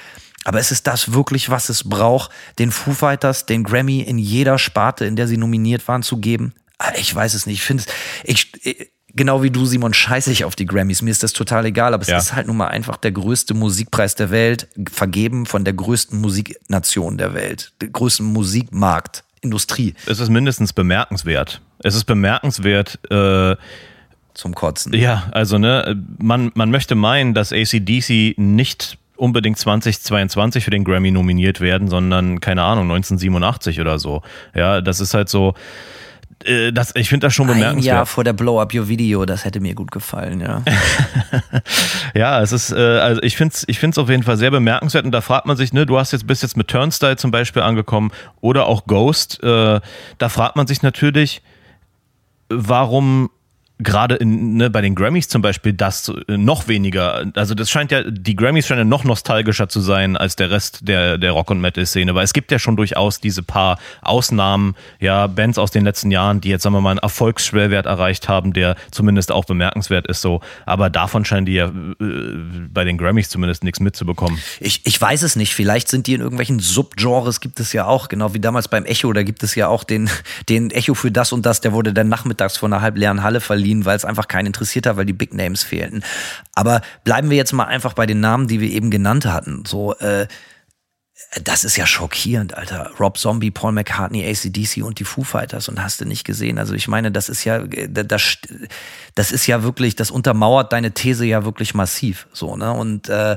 Aber ist es das wirklich, was es braucht, den Foo Fighters den Grammy in jeder Sparte, in der sie nominiert waren, zu geben? Ich weiß es nicht. Ich finde es, ich, genau wie du, Simon, scheiße ich auf die Grammys. Mir ist das total egal, aber es ja. ist halt nun mal einfach der größte Musikpreis der Welt, vergeben von der größten Musiknation der Welt, der größten Musikmarkt, Industrie. Es ist mindestens bemerkenswert. Es ist bemerkenswert, äh, zum Kotzen. Ja, also ne, man, man möchte meinen, dass A C D C nicht unbedingt zwanzig zweiundzwanzig für den Grammy nominiert werden, sondern, keine Ahnung, neunzehnhundertsiebenundachtzig oder so. Ja, das ist halt so, äh, das, ich finde das schon bemerkenswert. Ein Jahr vor der Blow Up Your Video, das hätte mir gut gefallen, ja. Ja, es ist, äh, also ich finde es ich find's auf jeden Fall sehr bemerkenswert und da fragt man sich, ne, du hast jetzt, bist jetzt mit Turnstile zum Beispiel angekommen oder auch Ghost, äh, da fragt man sich natürlich, warum gerade in, ne, bei den Grammys zum Beispiel das noch weniger, also das scheint ja, die Grammys scheinen ja noch nostalgischer zu sein als der Rest der, der Rock- und Metal-Szene, weil es gibt ja schon durchaus diese paar Ausnahmen, ja, Bands aus den letzten Jahren, die jetzt, sagen wir mal, einen Erfolgsschwellwert erreicht haben, der zumindest auch bemerkenswert ist so, aber davon scheinen die ja äh, bei den Grammys zumindest nichts mitzubekommen. Ich, ich weiß es nicht, vielleicht sind die in irgendwelchen Subgenres, gibt es ja auch, genau wie damals beim Echo, da gibt es ja auch den, den Echo für das und das, der wurde dann nachmittags von einer halbleeren Halle verliehen, weil es einfach keinen interessiert hat, weil die Big Names fehlten. Aber bleiben wir jetzt mal einfach bei den Namen, die wir eben genannt hatten. So, äh, das ist ja schockierend, Alter. Rob Zombie, Paul McCartney, A C D C und die Foo Fighters und hast du nicht gesehen. Also ich meine, das ist ja, das, das ist ja wirklich, das untermauert deine These ja wirklich massiv. So, ne? Und äh,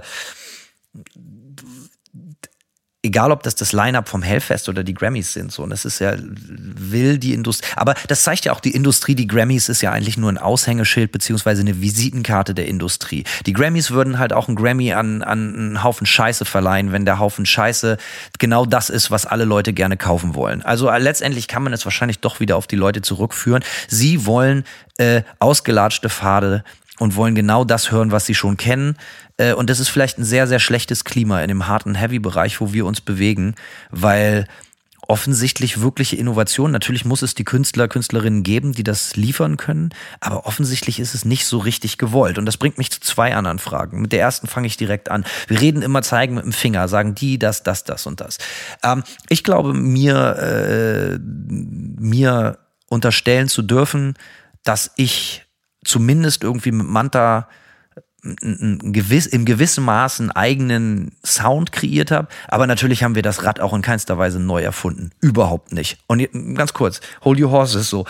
egal, ob das das Line-Up vom Hellfest oder die Grammys sind, so, und das ist ja, will die Industrie, aber das zeigt ja auch die Industrie, die Grammys ist ja eigentlich nur ein Aushängeschild beziehungsweise eine Visitenkarte der Industrie. Die Grammys würden halt auch einen Grammy an, an einen Haufen Scheiße verleihen, wenn der Haufen Scheiße genau das ist, was alle Leute gerne kaufen wollen. Also äh, letztendlich kann man es wahrscheinlich doch wieder auf die Leute zurückführen. Sie wollen äh, ausgelatschte Pfade und wollen genau das hören, was sie schon kennen. Und das ist vielleicht ein sehr, sehr schlechtes Klima in dem Hard- und Heavy-Bereich, wo wir uns bewegen, weil offensichtlich wirkliche Innovationen, natürlich muss es die Künstler, Künstlerinnen geben, die das liefern können, aber offensichtlich ist es nicht so richtig gewollt. Und das bringt mich zu zwei anderen Fragen. Mit der ersten fange ich direkt an. Wir reden immer, zeigen mit dem Finger, sagen die, das, das, das und das. Ähm, ich glaube, mir, äh, mir unterstellen zu dürfen, dass ich zumindest irgendwie mit Manta ein gewiss, im gewissen Maße einen eigenen Sound kreiert habe, aber natürlich haben wir das Rad auch in keinster Weise neu erfunden. Überhaupt nicht. Und ganz kurz, hold your horses so.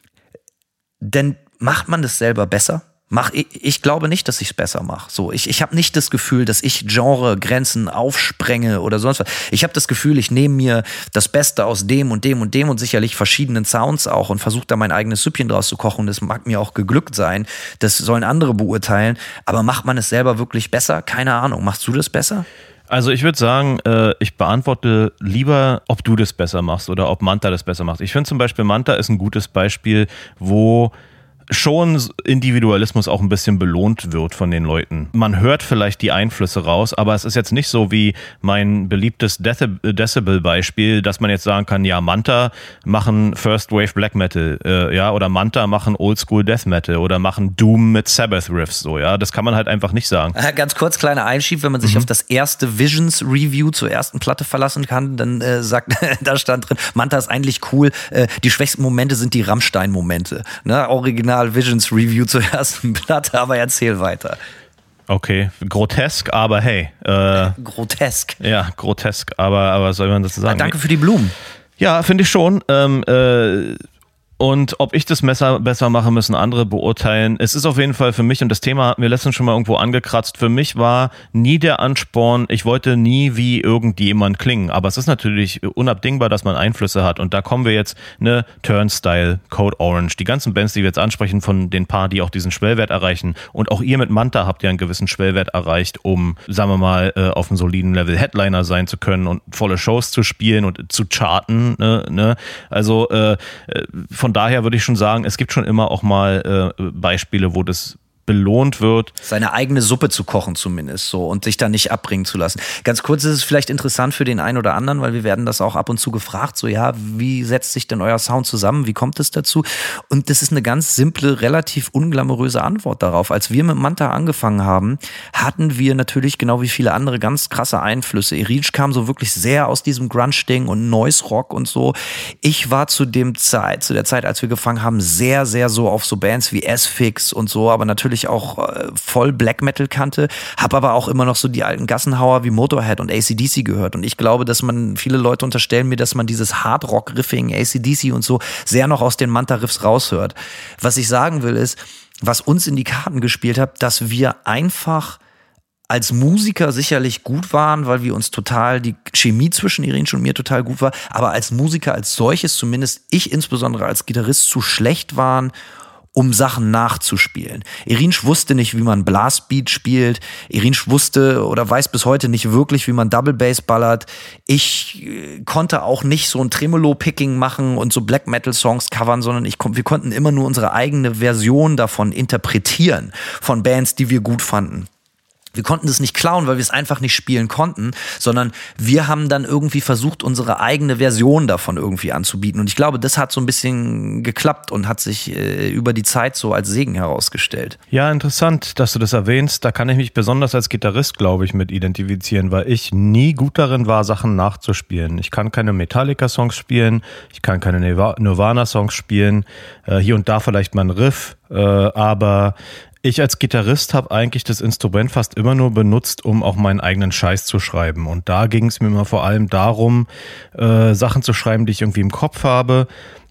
Denn macht man das selber besser? Mach, ich, ich glaube nicht, dass ich es besser mache. So, ich, ich habe nicht das Gefühl, dass ich Genre-Grenzen aufsprenge oder sonst was. Ich habe das Gefühl, ich nehme mir das Beste aus dem und dem und dem und sicherlich verschiedenen Sounds auch und versuche da mein eigenes Süppchen draus zu kochen. Das mag mir auch geglückt sein. Das sollen andere beurteilen. Aber macht man es selber wirklich besser? Keine Ahnung. Machst du das besser? Also ich würde sagen, ich beantworte lieber, ob du das besser machst oder ob Manta das besser macht. Ich finde zum Beispiel, Manta ist ein gutes Beispiel, wo schon Individualismus auch ein bisschen belohnt wird von den Leuten. Man hört vielleicht die Einflüsse raus, aber es ist jetzt nicht so wie mein beliebtes Decibel-Beispiel, dass man jetzt sagen kann, ja, Manta machen First Wave Black Metal, äh, ja, oder Manta machen Oldschool Death Metal oder machen Doom mit Sabbath Riffs, so, ja, das kann man halt einfach nicht sagen. Äh, ganz kurz, kleiner Einschieb, wenn man sich mhm. auf das erste Visions Review zur ersten Platte verlassen kann, dann äh, sagt, da stand drin, Manta ist eigentlich cool, äh, die schwächsten Momente sind die Rammstein-Momente, ne, original Visions Review zur ersten Platte, aber erzähl weiter. Okay, grotesk, aber hey. Äh, grotesk. Ja, grotesk, aber, aber was soll man dazu sagen? Ja, danke für die Blumen. Ja, finde ich schon. Ähm, äh, Und ob ich das besser, besser mache, müssen andere beurteilen. Es ist auf jeden Fall für mich, und das Thema hatten wir letztens schon mal irgendwo angekratzt, für mich war nie der Ansporn, ich wollte nie wie irgendjemand klingen. Aber es ist natürlich unabdingbar, dass man Einflüsse hat. Und da kommen wir jetzt, ne, Turnstile, Code Orange, die ganzen Bands, die wir jetzt ansprechen, von den paar, die auch diesen Schwellwert erreichen. Und auch ihr mit Manta habt ja einen gewissen Schwellwert erreicht, um, sagen wir mal, auf einem soliden Level Headliner sein zu können und volle Shows zu spielen und zu charten. Ne, ne? Also äh, von daher würde ich schon sagen, es gibt schon immer auch mal äh, Beispiele, wo das belohnt wird. Seine eigene Suppe zu kochen zumindest so und sich da nicht abbringen zu lassen. Ganz kurz, ist es vielleicht interessant für den einen oder anderen, weil wir werden das auch ab und zu gefragt, so ja, wie setzt sich denn euer Sound zusammen, wie kommt es dazu? Und das ist eine ganz simple, relativ unglamouröse Antwort darauf. Als wir mit Manta angefangen haben, hatten wir natürlich genau wie viele andere ganz krasse Einflüsse. Irinsch kam so wirklich sehr aus diesem Grunge-Ding und Noise-Rock und so. Ich war zu dem Zeit, zu der Zeit, als wir gefangen haben, sehr, sehr so auf so Bands wie S-Fix und so, aber natürlich auch äh, voll Black Metal kannte, habe aber auch immer noch so die alten Gassenhauer wie Motorhead und A C D C gehört und ich glaube, dass man, viele Leute unterstellen mir, dass man dieses Hard-Rock-Riffing, A C D C und so sehr noch aus den Manta-Riffs raushört. Was ich sagen will ist, was uns in die Karten gespielt hat, dass wir einfach als Musiker sicherlich gut waren, weil wir uns total, die Chemie zwischen Irinsch und mir total gut war, aber als Musiker als solches, zumindest ich insbesondere als Gitarrist, zu schlecht waren, um Sachen nachzuspielen. Irinsch wusste nicht, wie man Blastbeat spielt. Irinsch wusste oder weiß bis heute nicht wirklich, wie man Double Bass ballert. Ich äh, konnte auch nicht so ein Tremolo-Picking machen und so Black Metal-Songs covern, sondern ich, wir konnten immer nur unsere eigene Version davon interpretieren, von Bands, die wir gut fanden. Wir konnten das nicht klauen, weil wir es einfach nicht spielen konnten, sondern wir haben dann irgendwie versucht, unsere eigene Version davon irgendwie anzubieten. Und ich glaube, das hat so ein bisschen geklappt und hat sich äh, über die Zeit so als Segen herausgestellt. Ja, interessant, dass du das erwähnst. Da kann ich mich besonders als Gitarrist, glaube ich, mit identifizieren, weil ich nie gut darin war, Sachen nachzuspielen. Ich kann keine Metallica-Songs spielen, ich kann keine Nirvana-Songs spielen, äh, hier und da vielleicht mal ein Riff, äh, aber ich als Gitarrist habe eigentlich das Instrument fast immer nur benutzt, um auch meinen eigenen Scheiß zu schreiben. Und da ging es mir immer vor allem darum, äh, Sachen zu schreiben, die ich irgendwie im Kopf habe.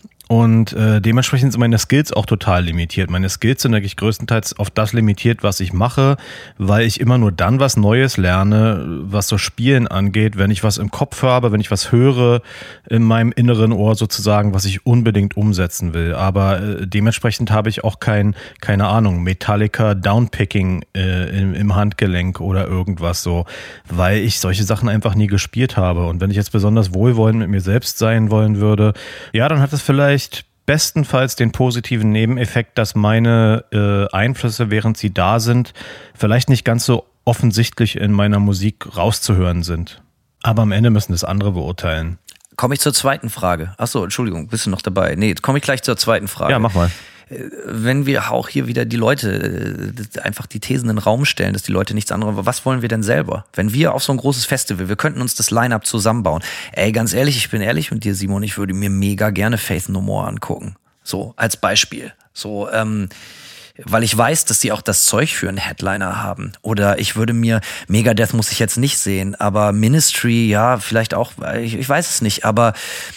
Und äh, dementsprechend sind meine Skills auch total limitiert. Meine Skills sind eigentlich größtenteils auf das limitiert, was ich mache, weil ich immer nur dann was Neues lerne, was so Spielen angeht, wenn ich was im Kopf habe, wenn ich was höre in meinem inneren Ohr sozusagen, was ich unbedingt umsetzen will. Aber äh, dementsprechend habe ich auch kein, keine Ahnung, Metallica Downpicking äh, im, im Handgelenk oder irgendwas so, weil ich solche Sachen einfach nie gespielt habe. Und wenn ich jetzt besonders wohlwollend mit mir selbst sein wollen würde, ja, dann hat es vielleicht bestenfalls den positiven Nebeneffekt, dass meine äh, Einflüsse, während sie da sind, vielleicht nicht ganz so offensichtlich in meiner Musik rauszuhören sind. Aber am Ende müssen das andere beurteilen. Komme ich zur zweiten Frage. Achso, Entschuldigung, bist du noch dabei? Nee, jetzt komme ich gleich zur zweiten Frage. Ja, mach mal. Wenn wir auch hier wieder die Leute, einfach die Thesen in den Raum stellen, dass die Leute nichts anderes, was wollen wir denn selber? Wenn wir auf so ein großes Festival, wir könnten uns das Line-Up zusammenbauen. Ey, ganz ehrlich, ich bin ehrlich mit dir, Simon, ich würde mir mega gerne Faith No More angucken. So, als Beispiel. So, ähm, weil ich weiß, dass die auch das Zeug für einen Headliner haben. Oder ich würde mir, Megadeth muss ich jetzt nicht sehen, aber Ministry, ja, vielleicht auch, ich, ich weiß es nicht, aber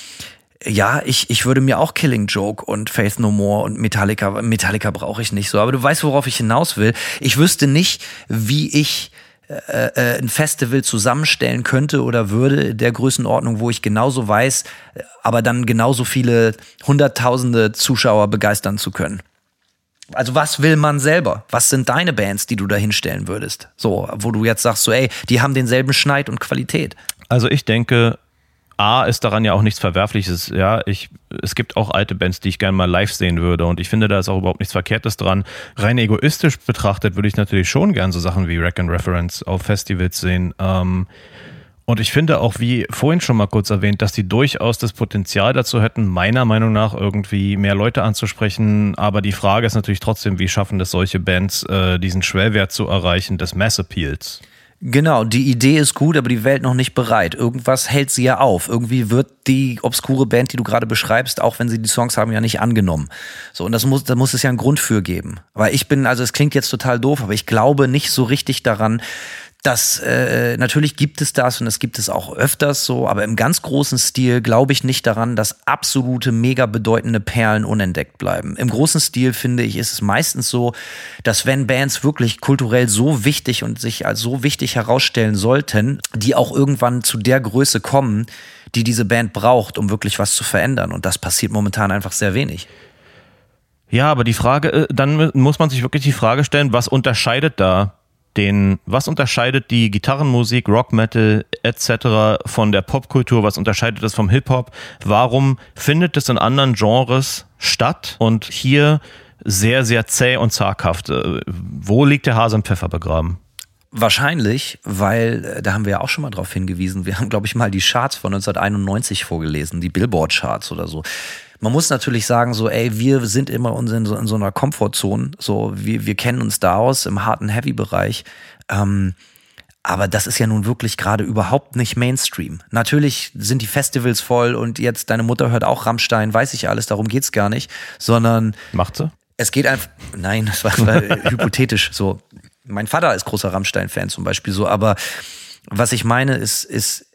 ja, ich, ich würde mir auch Killing Joke und Faith No More und Metallica, Metallica brauche ich nicht so, aber du weißt, worauf ich hinaus will. Ich wüsste nicht, wie ich äh, äh, ein Festival zusammenstellen könnte oder würde, der Größenordnung, wo ich genauso weiß, aber dann genauso viele hunderttausende Zuschauer begeistern zu können. Also was will man selber? Was sind deine Bands, die du da hinstellen würdest? So, wo du jetzt sagst, so ey, die haben denselben Schneid und Qualität. Also ich denke, A, ist daran ja auch nichts Verwerfliches. Ja, ich, es gibt auch alte Bands, die ich gerne mal live sehen würde und ich finde, da ist auch überhaupt nichts Verkehrtes dran. Rein egoistisch betrachtet würde ich natürlich schon gern so Sachen wie Rack and Reference auf Festivals sehen. Ähm, und ich finde auch, wie vorhin schon mal kurz erwähnt, dass die durchaus das Potenzial dazu hätten, meiner Meinung nach irgendwie mehr Leute anzusprechen. Aber die Frage ist natürlich trotzdem, wie schaffen das solche Bands, äh, diesen Schwellwert zu erreichen des Mass Appeals? Genau, die Idee ist gut, aber die Welt noch nicht bereit. Irgendwas hält sie ja auf. Irgendwie wird die obskure Band, die du gerade beschreibst, auch wenn sie die Songs haben, ja nicht angenommen. So, und das muss, da muss es ja einen Grund für geben. Aber ich bin, also es klingt jetzt total doof, aber ich glaube nicht so richtig daran, dass äh, natürlich gibt es das und es gibt es auch öfters so, aber im ganz großen Stil glaube ich nicht daran, dass absolute, mega bedeutende Perlen unentdeckt bleiben. Im großen Stil, finde ich, ist es meistens so, dass wenn Bands wirklich kulturell so wichtig und sich als so wichtig herausstellen sollten, die auch irgendwann zu der Größe kommen, die diese Band braucht, um wirklich was zu verändern. Und das passiert momentan einfach sehr wenig. Ja, aber die Frage, dann muss man sich wirklich die Frage stellen, was unterscheidet da den, was unterscheidet die Gitarrenmusik, Rock, Metal et cetera von der Popkultur, was unterscheidet das vom Hip-Hop? Warum findet es in anderen Genres statt und hier sehr, sehr zäh und zaghaft. Wo liegt der Hase im Pfeffer begraben? Wahrscheinlich, weil, da haben wir ja auch schon mal drauf hingewiesen, wir haben, glaube ich, mal die Charts von neunzehnhunderteinundneunzig vorgelesen, die Billboard-Charts oder so. Man muss natürlich sagen, so, ey, wir sind immer in so, in so einer Komfortzone, so, wir, wir kennen uns da aus im harten Heavy-Bereich, ähm, aber das ist ja nun wirklich gerade überhaupt nicht Mainstream. Natürlich sind die Festivals voll und jetzt deine Mutter hört auch Rammstein, weiß ich alles, darum geht's gar nicht, sondern... Macht sie? Es geht einfach, nein, das war, das war hypothetisch so. Mein Vater ist großer Rammstein-Fan zum Beispiel so, aber was ich meine ist, ist,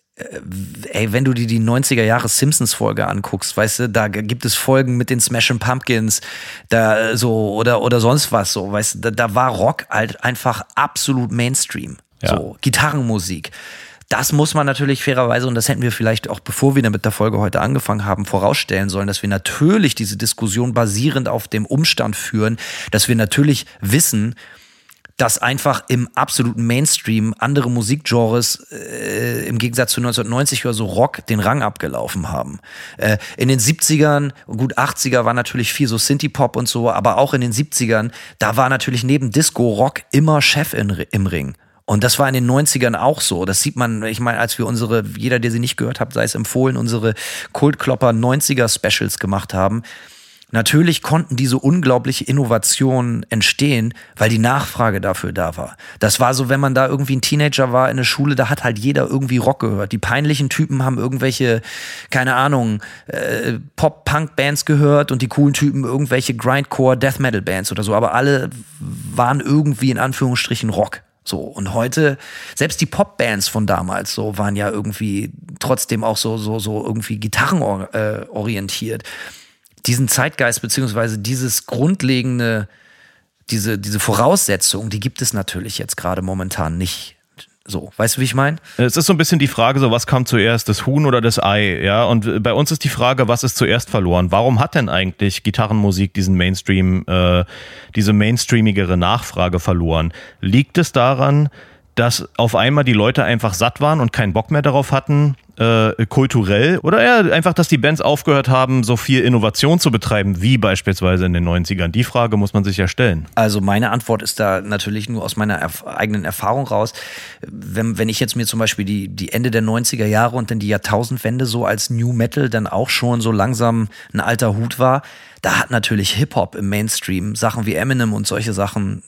ey, wenn du dir die neunziger Jahre Simpsons-Folge anguckst, weißt du, da gibt es Folgen mit den Smashing Pumpkins, da so, oder, oder sonst was so, weißt du, da, da war Rock halt einfach absolut Mainstream. Ja. So, Gitarrenmusik. Das muss man natürlich fairerweise, und das hätten wir vielleicht auch, bevor wir mit der Folge heute angefangen haben, vorausstellen sollen, dass wir natürlich diese Diskussion basierend auf dem Umstand führen, dass wir natürlich wissen, dass einfach im absoluten Mainstream andere Musikgenres äh, im Gegensatz zu neunzehnhundertneunzig oder so Rock den Rang abgelaufen haben. Äh, in den siebzigern, gut achtziger war natürlich viel so Synthie-Pop und so, aber auch in den siebzigern, da war natürlich neben Disco Rock immer Chef in, im Ring. Und das war in den neunzigern auch so. Das sieht man, ich meine, als wir unsere, jeder, der sie nicht gehört hat, sei es empfohlen, unsere Kultklopper neunziger Specials gemacht haben. Natürlich konnten diese unglaubliche Innovationen entstehen, weil die Nachfrage dafür da war. Das war so, wenn man da irgendwie ein Teenager war in der Schule, da hat halt jeder irgendwie Rock gehört. Die peinlichen Typen haben irgendwelche, keine Ahnung, äh, Pop-Punk-Bands gehört und die coolen Typen irgendwelche Grindcore-Death-Metal-Bands oder so. Aber alle waren irgendwie in Anführungsstrichen Rock. So, und heute, selbst die Popbands von damals so waren ja irgendwie trotzdem auch so, so, so irgendwie gitarrenorientiert. Diesen Zeitgeist beziehungsweise dieses grundlegende, diese, diese Voraussetzung, die gibt es natürlich jetzt gerade momentan nicht. So, weißt du, wie ich meine? Es ist so ein bisschen die Frage, so was kam zuerst, das Huhn oder das Ei, ja? Und bei uns ist die Frage, was ist zuerst verloren? Warum hat denn eigentlich Gitarrenmusik diesen Mainstream, äh, diese mainstreamigere Nachfrage verloren? Liegt es daran, dass auf einmal die Leute einfach satt waren und keinen Bock mehr darauf hatten, äh, kulturell, oder eher einfach, dass die Bands aufgehört haben, so viel Innovation zu betreiben, wie beispielsweise in den neunzigern? Die Frage muss man sich ja stellen. Also meine Antwort ist da natürlich nur aus meiner erf- eigenen Erfahrung raus. Wenn, wenn ich jetzt mir zum Beispiel die, die Ende der neunziger Jahre und dann die Jahrtausendwende so als New Metal dann auch schon so langsam ein alter Hut war, da hat natürlich Hip-Hop im Mainstream, Sachen wie Eminem und solche Sachen,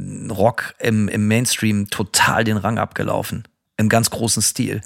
Rock im, im Mainstream total den Rang abgelaufen. Im ganz großen Stil.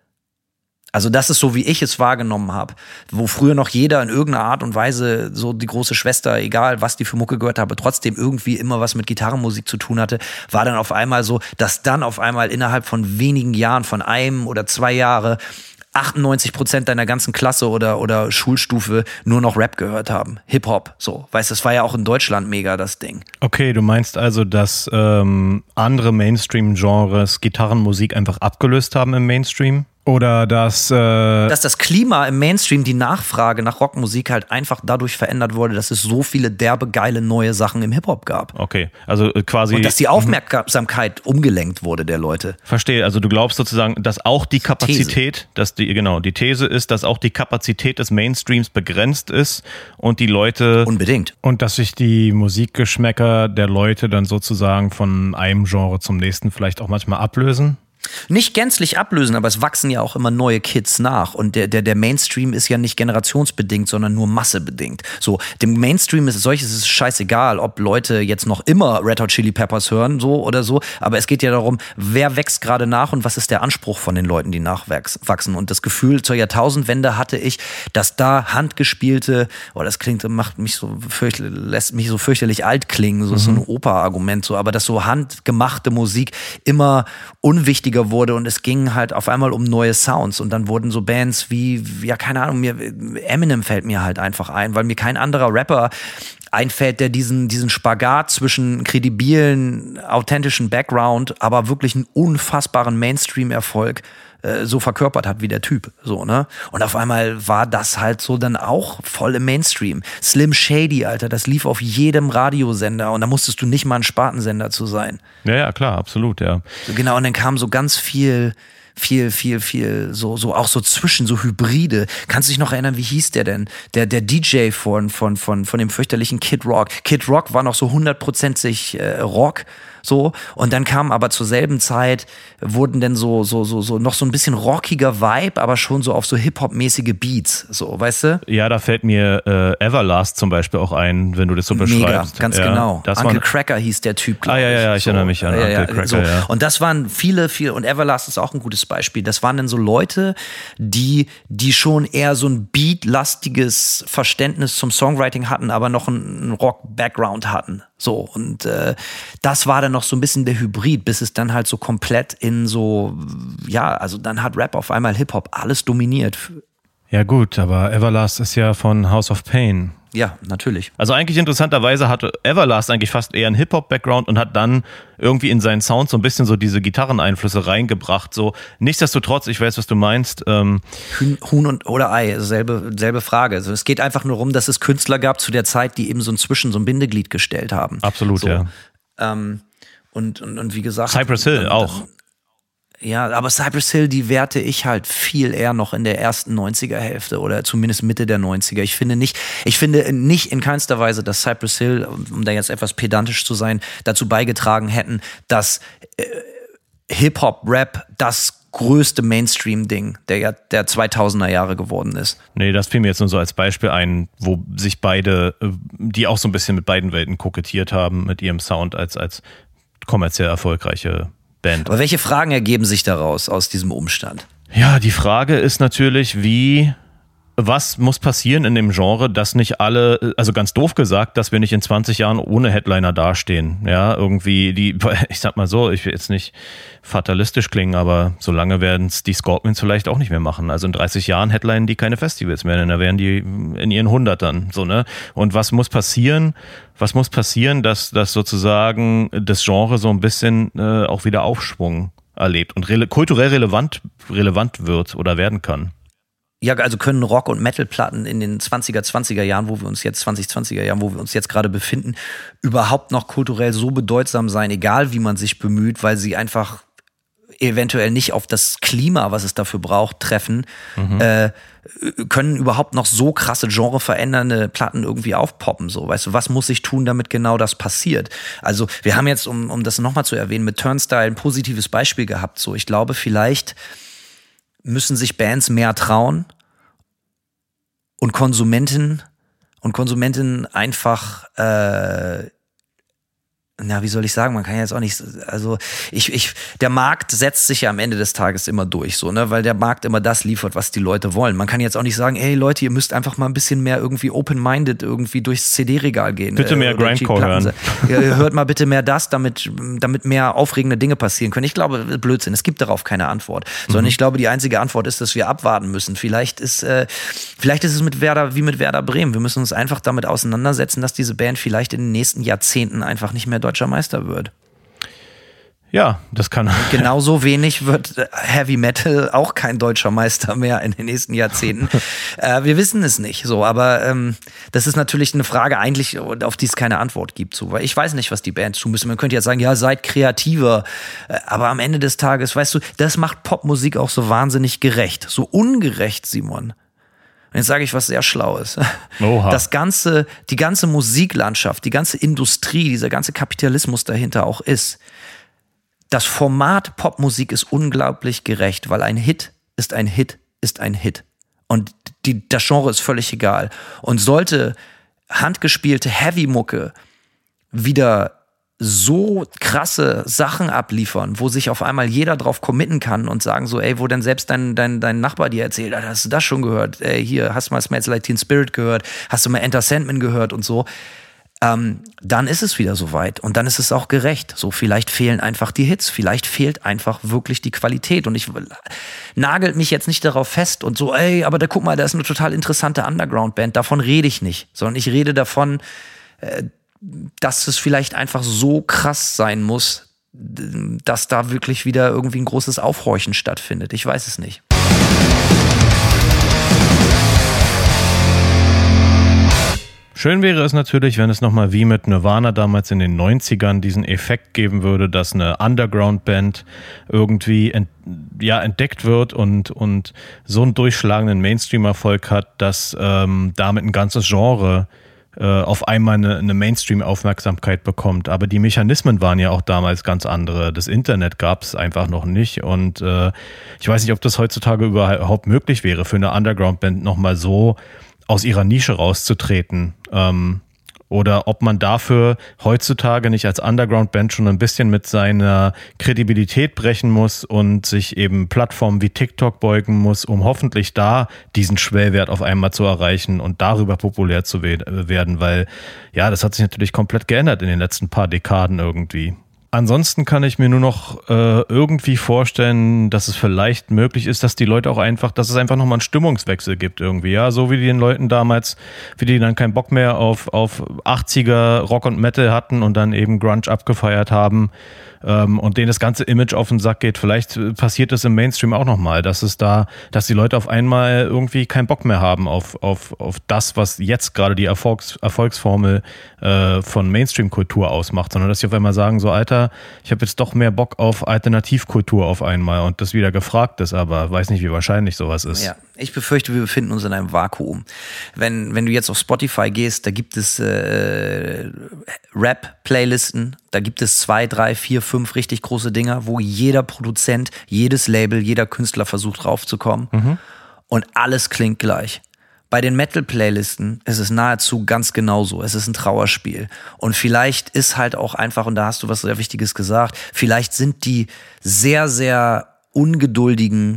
Also das ist so, wie ich es wahrgenommen habe. Wo früher noch jeder in irgendeiner Art und Weise so die große Schwester, egal was die für Mucke gehört habe, trotzdem irgendwie immer was mit Gitarrenmusik zu tun hatte, war dann auf einmal so, dass dann auf einmal innerhalb von wenigen Jahren, von einem oder zwei Jahre, achtundneunzig Prozent deiner ganzen Klasse oder, oder Schulstufe nur noch Rap gehört haben. Hip-Hop, so. Weißt du, das war ja auch in Deutschland mega das Ding. Okay, du meinst also, dass ähm, andere Mainstream-Genres Gitarrenmusik einfach abgelöst haben im Mainstream? Oder dass, äh dass das Klima im Mainstream, die Nachfrage nach Rockmusik halt einfach dadurch verändert wurde, dass es so viele derbe, geile neue Sachen im Hip-Hop gab. Okay, also äh, quasi... Und dass die Aufmerksamkeit umgelenkt wurde der Leute. Verstehe, also du glaubst sozusagen, dass auch die Kapazität, These. dass die, genau, die These ist, dass auch die Kapazität des Mainstreams begrenzt ist und die Leute... Unbedingt. Und dass sich die Musikgeschmäcker der Leute dann sozusagen von einem Genre zum nächsten vielleicht auch manchmal ablösen? Nicht gänzlich ablösen, aber es wachsen ja auch immer neue Kids nach. Und der, der, der Mainstream ist ja nicht generationsbedingt, sondern nur massebedingt. So, dem Mainstream ist solches ist es scheißegal, ob Leute jetzt noch immer Red Hot Chili Peppers hören, so oder so. Aber es geht ja darum, wer wächst gerade nach und was ist der Anspruch von den Leuten, die nachwachsen. Und das Gefühl zur Jahrtausendwende hatte ich, dass da handgespielte, oh, das klingt, macht mich so fürchterlich, lässt mich so fürchterlich alt klingen, so, mhm. so ein Oper-Argument, so, aber dass so handgemachte Musik immer unwichtiger wurde und es ging halt auf einmal um neue Sounds und dann wurden so Bands wie, ja keine Ahnung, mir Eminem fällt mir halt einfach ein, weil mir kein anderer Rapper einfällt, der diesen, diesen Spagat zwischen kredibilen, authentischen Background, aber wirklich einen unfassbaren Mainstream-Erfolg äh, so verkörpert hat wie der Typ, so, ne? Und auf einmal war das halt so dann auch voll im Mainstream. Slim Shady, Alter, das lief auf jedem Radiosender und da musstest du nicht mal ein Spartensender zu sein. Ja, ja, klar, absolut, ja. So, genau, und dann kam so ganz viel viel, viel, viel, so, so auch so zwischen, so Hybride. Kannst du dich noch erinnern, wie hieß der denn? Der, der D J von, von, von, von dem fürchterlichen Kid Rock. Kid Rock war noch so hundertprozentig äh, Rock. So, und dann kam aber zur selben Zeit, wurden dann so, so, so, so, noch so ein bisschen rockiger Vibe, aber schon so auf so Hip-Hop-mäßige Beats, so, weißt du? Ja, da fällt mir äh, Everlast zum Beispiel auch ein, wenn du das so beschreibst. Mega, ganz ja, genau. Das Uncle war, Cracker hieß der Typ, glaube ich. Ah, ja, ja, ich so, erinnere mich an ja, Uncle ja, Cracker, so. ja. Und das waren viele, viele, und Everlast ist auch ein gutes Beispiel, das waren dann so Leute, die, die schon eher so ein beatlastiges Verständnis zum Songwriting hatten, aber noch einen Rock-Background hatten. So, und äh, das war dann noch so ein bisschen der Hybrid, bis es dann halt so komplett in so, ja, also dann hat Rap auf einmal Hip-Hop alles dominiert. Ja gut, aber Everlast ist ja von House of Pain. Ja, natürlich. Also eigentlich interessanterweise hatte Everlast eigentlich fast eher einen Hip-Hop-Background und hat dann irgendwie in seinen Sound so ein bisschen so diese Gitarreneinflüsse reingebracht. So, nichtsdestotrotz, ich weiß, was du meinst. Ähm Huhn und oder Ei, selbe, selbe Frage. Also es geht einfach nur darum, dass es Künstler gab zu der Zeit, die eben so inzwischen so ein Bindeglied gestellt haben. Absolut, so, ja. Ähm, und, und, und wie gesagt. Cypress Hill dann, auch. Dann, ja, aber Cypress Hill, die werte ich halt viel eher noch in der ersten neunziger-Hälfte oder zumindest Mitte der neunziger. Ich finde nicht, ich finde nicht in keinster Weise, dass Cypress Hill, um da jetzt etwas pedantisch zu sein, dazu beigetragen hätten, dass äh, Hip-Hop, Rap das größte Mainstream-Ding der, der zweitausender Jahre geworden ist. Nee, das fiel mir jetzt nur so als Beispiel ein, wo sich beide, die auch so ein bisschen mit beiden Welten kokettiert haben, mit ihrem Sound als, als kommerziell erfolgreiche Band. Aber welche Fragen ergeben sich daraus, aus diesem Umstand? Ja, die Frage ist natürlich, wie, was muss passieren in dem Genre, dass nicht alle, also ganz doof gesagt, dass wir nicht in zwanzig Jahren ohne Headliner dastehen. Ja, irgendwie die, ich sag mal so, ich will jetzt nicht fatalistisch klingen, aber so lange werden es die Scorpions vielleicht auch nicht mehr machen. Also in dreißig Jahren headlinen die keine Festivals mehr, denn da wären die in ihren Hundertern, so, ne? Und was muss passieren? Was muss passieren, dass, dass sozusagen das Genre so ein bisschen äh, auch wieder Aufschwung erlebt und rele- kulturell relevant, relevant wird oder werden kann? Ja, also können Rock- und Metal-Platten in den zwanziger, zwanziger Jahren, wo wir uns jetzt, zwanzig zwanziger Jahren, wo wir uns jetzt gerade befinden, überhaupt noch kulturell so bedeutsam sein, egal wie man sich bemüht, weil sie einfach eventuell nicht auf das Klima, was es dafür braucht, treffen, mhm. äh, können überhaupt noch so krasse genreverändernde Platten irgendwie aufpoppen, so, weißt du, was muss ich tun, damit genau das passiert? Also, wir haben jetzt, um, um das nochmal zu erwähnen, mit Turnstile ein positives Beispiel gehabt, so, ich glaube, vielleicht müssen sich Bands mehr trauen und Konsumenten und Konsumentinnen einfach äh, na, wie soll ich sagen, man kann ja jetzt auch nicht, also ich, ich, der Markt setzt sich ja am Ende des Tages immer durch, so, ne, weil der Markt immer das liefert, was die Leute wollen. Man kann jetzt auch nicht sagen, ey Leute, ihr müsst einfach mal ein bisschen mehr irgendwie open-minded irgendwie durchs C D-Regal gehen. Bitte mehr äh, Grindcore hören. Ja, hört mal bitte mehr das, damit, damit mehr aufregende Dinge passieren können. Ich glaube, Blödsinn, es gibt darauf keine Antwort, sondern mhm. ich glaube, die einzige Antwort ist, dass wir abwarten müssen. Vielleicht ist, äh, vielleicht ist es mit Werder wie mit Werder Bremen. Wir müssen uns einfach damit auseinandersetzen, dass diese Band vielleicht in den nächsten Jahrzehnten einfach nicht mehr deutscher Meister wird. Ja, das kann. Genauso wenig wird Heavy Metal auch kein deutscher Meister mehr in den nächsten Jahrzehnten. äh, wir wissen es nicht, so, aber ähm, das ist natürlich eine Frage eigentlich, auf die es keine Antwort gibt, so, weil ich weiß nicht, was die Bands tun müssen. Man könnte jetzt sagen, ja, seid kreativer, äh, aber am Ende des Tages, weißt du, das macht Popmusik auch so wahnsinnig gerecht, so ungerecht, Simon. Und jetzt sage ich was sehr Schlaues. Oha. Das ganze, die ganze Musiklandschaft, die ganze Industrie, dieser ganze Kapitalismus dahinter auch ist. Das Format Popmusik ist unglaublich gerecht, weil ein Hit ist ein Hit ist ein Hit. Und die, das Genre ist völlig egal. Und sollte handgespielte Heavy-Mucke wieder so krasse Sachen abliefern, wo sich auf einmal jeder drauf committen kann und sagen so, ey, wo denn selbst dein, dein, dein Nachbar dir erzählt, hast du das schon gehört? Ey, hier, hast du mal Smells Like Teen Spirit gehört? Hast du mal Enter Sandman gehört und so? Ähm, dann ist es wieder soweit und dann ist es auch gerecht. So, vielleicht fehlen einfach die Hits, vielleicht fehlt einfach wirklich die Qualität und ich nagelt mich jetzt nicht darauf fest und so, ey, aber da guck mal, da ist eine total interessante Underground-Band, davon rede ich nicht, sondern ich rede davon, äh, dass es vielleicht einfach so krass sein muss, dass da wirklich wieder irgendwie ein großes Aufhorchen stattfindet. Ich weiß es nicht. Schön wäre es natürlich, wenn es nochmal wie mit Nirvana damals in den neunzigern diesen Effekt geben würde, dass eine Underground-Band irgendwie ent, ja, entdeckt wird und, und so einen durchschlagenden Mainstream-Erfolg hat, dass ähm, damit ein ganzes Genre äh, auf einmal eine, eine Mainstream-Aufmerksamkeit bekommt. Aber die Mechanismen waren ja auch damals ganz andere. Das Internet gab es einfach noch nicht und äh, ich weiß nicht, ob das heutzutage überhaupt möglich wäre, für eine Underground-Band nochmal so aus ihrer Nische rauszutreten. Ähm, oder ob man dafür heutzutage nicht als Underground-Band schon ein bisschen mit seiner Kredibilität brechen muss und sich eben Plattformen wie TikTok beugen muss, um hoffentlich da diesen Schwellwert auf einmal zu erreichen und darüber populär zu we- werden, weil ja, das hat sich natürlich komplett geändert in den letzten paar Dekaden irgendwie. Ansonsten kann ich mir nur noch äh, irgendwie vorstellen, dass es vielleicht möglich ist, dass die Leute auch einfach, dass es einfach nochmal einen Stimmungswechsel gibt irgendwie, ja, so wie die den Leuten damals, wie die dann keinen Bock mehr auf, auf achtziger Rock und Metal hatten und dann eben Grunge abgefeiert haben ähm, und denen das ganze Image auf den Sack geht. Vielleicht passiert es im Mainstream auch nochmal, dass es da, dass die Leute auf einmal irgendwie keinen Bock mehr haben auf, auf, auf das, was jetzt gerade die Erfolgs, Erfolgsformel äh, von Mainstream-Kultur ausmacht, sondern dass sie auf einmal sagen, so Alter, ich habe jetzt doch mehr Bock auf Alternativkultur auf einmal und das wieder gefragt ist, aber weiß nicht, wie wahrscheinlich sowas ist. Ja, ich befürchte, wir befinden uns in einem Vakuum. Wenn, wenn du jetzt auf Spotify gehst, da gibt es äh, Rap-Playlisten, da gibt es zwei, drei, vier, fünf richtig große Dinger, wo jeder Produzent, jedes Label, jeder Künstler versucht raufzukommen mhm. und alles klingt gleich. Bei den Metal-Playlisten ist es nahezu ganz genauso. Es ist ein Trauerspiel. Und vielleicht ist halt auch einfach, und da hast du was sehr Wichtiges gesagt, vielleicht sind die sehr, sehr ungeduldigen,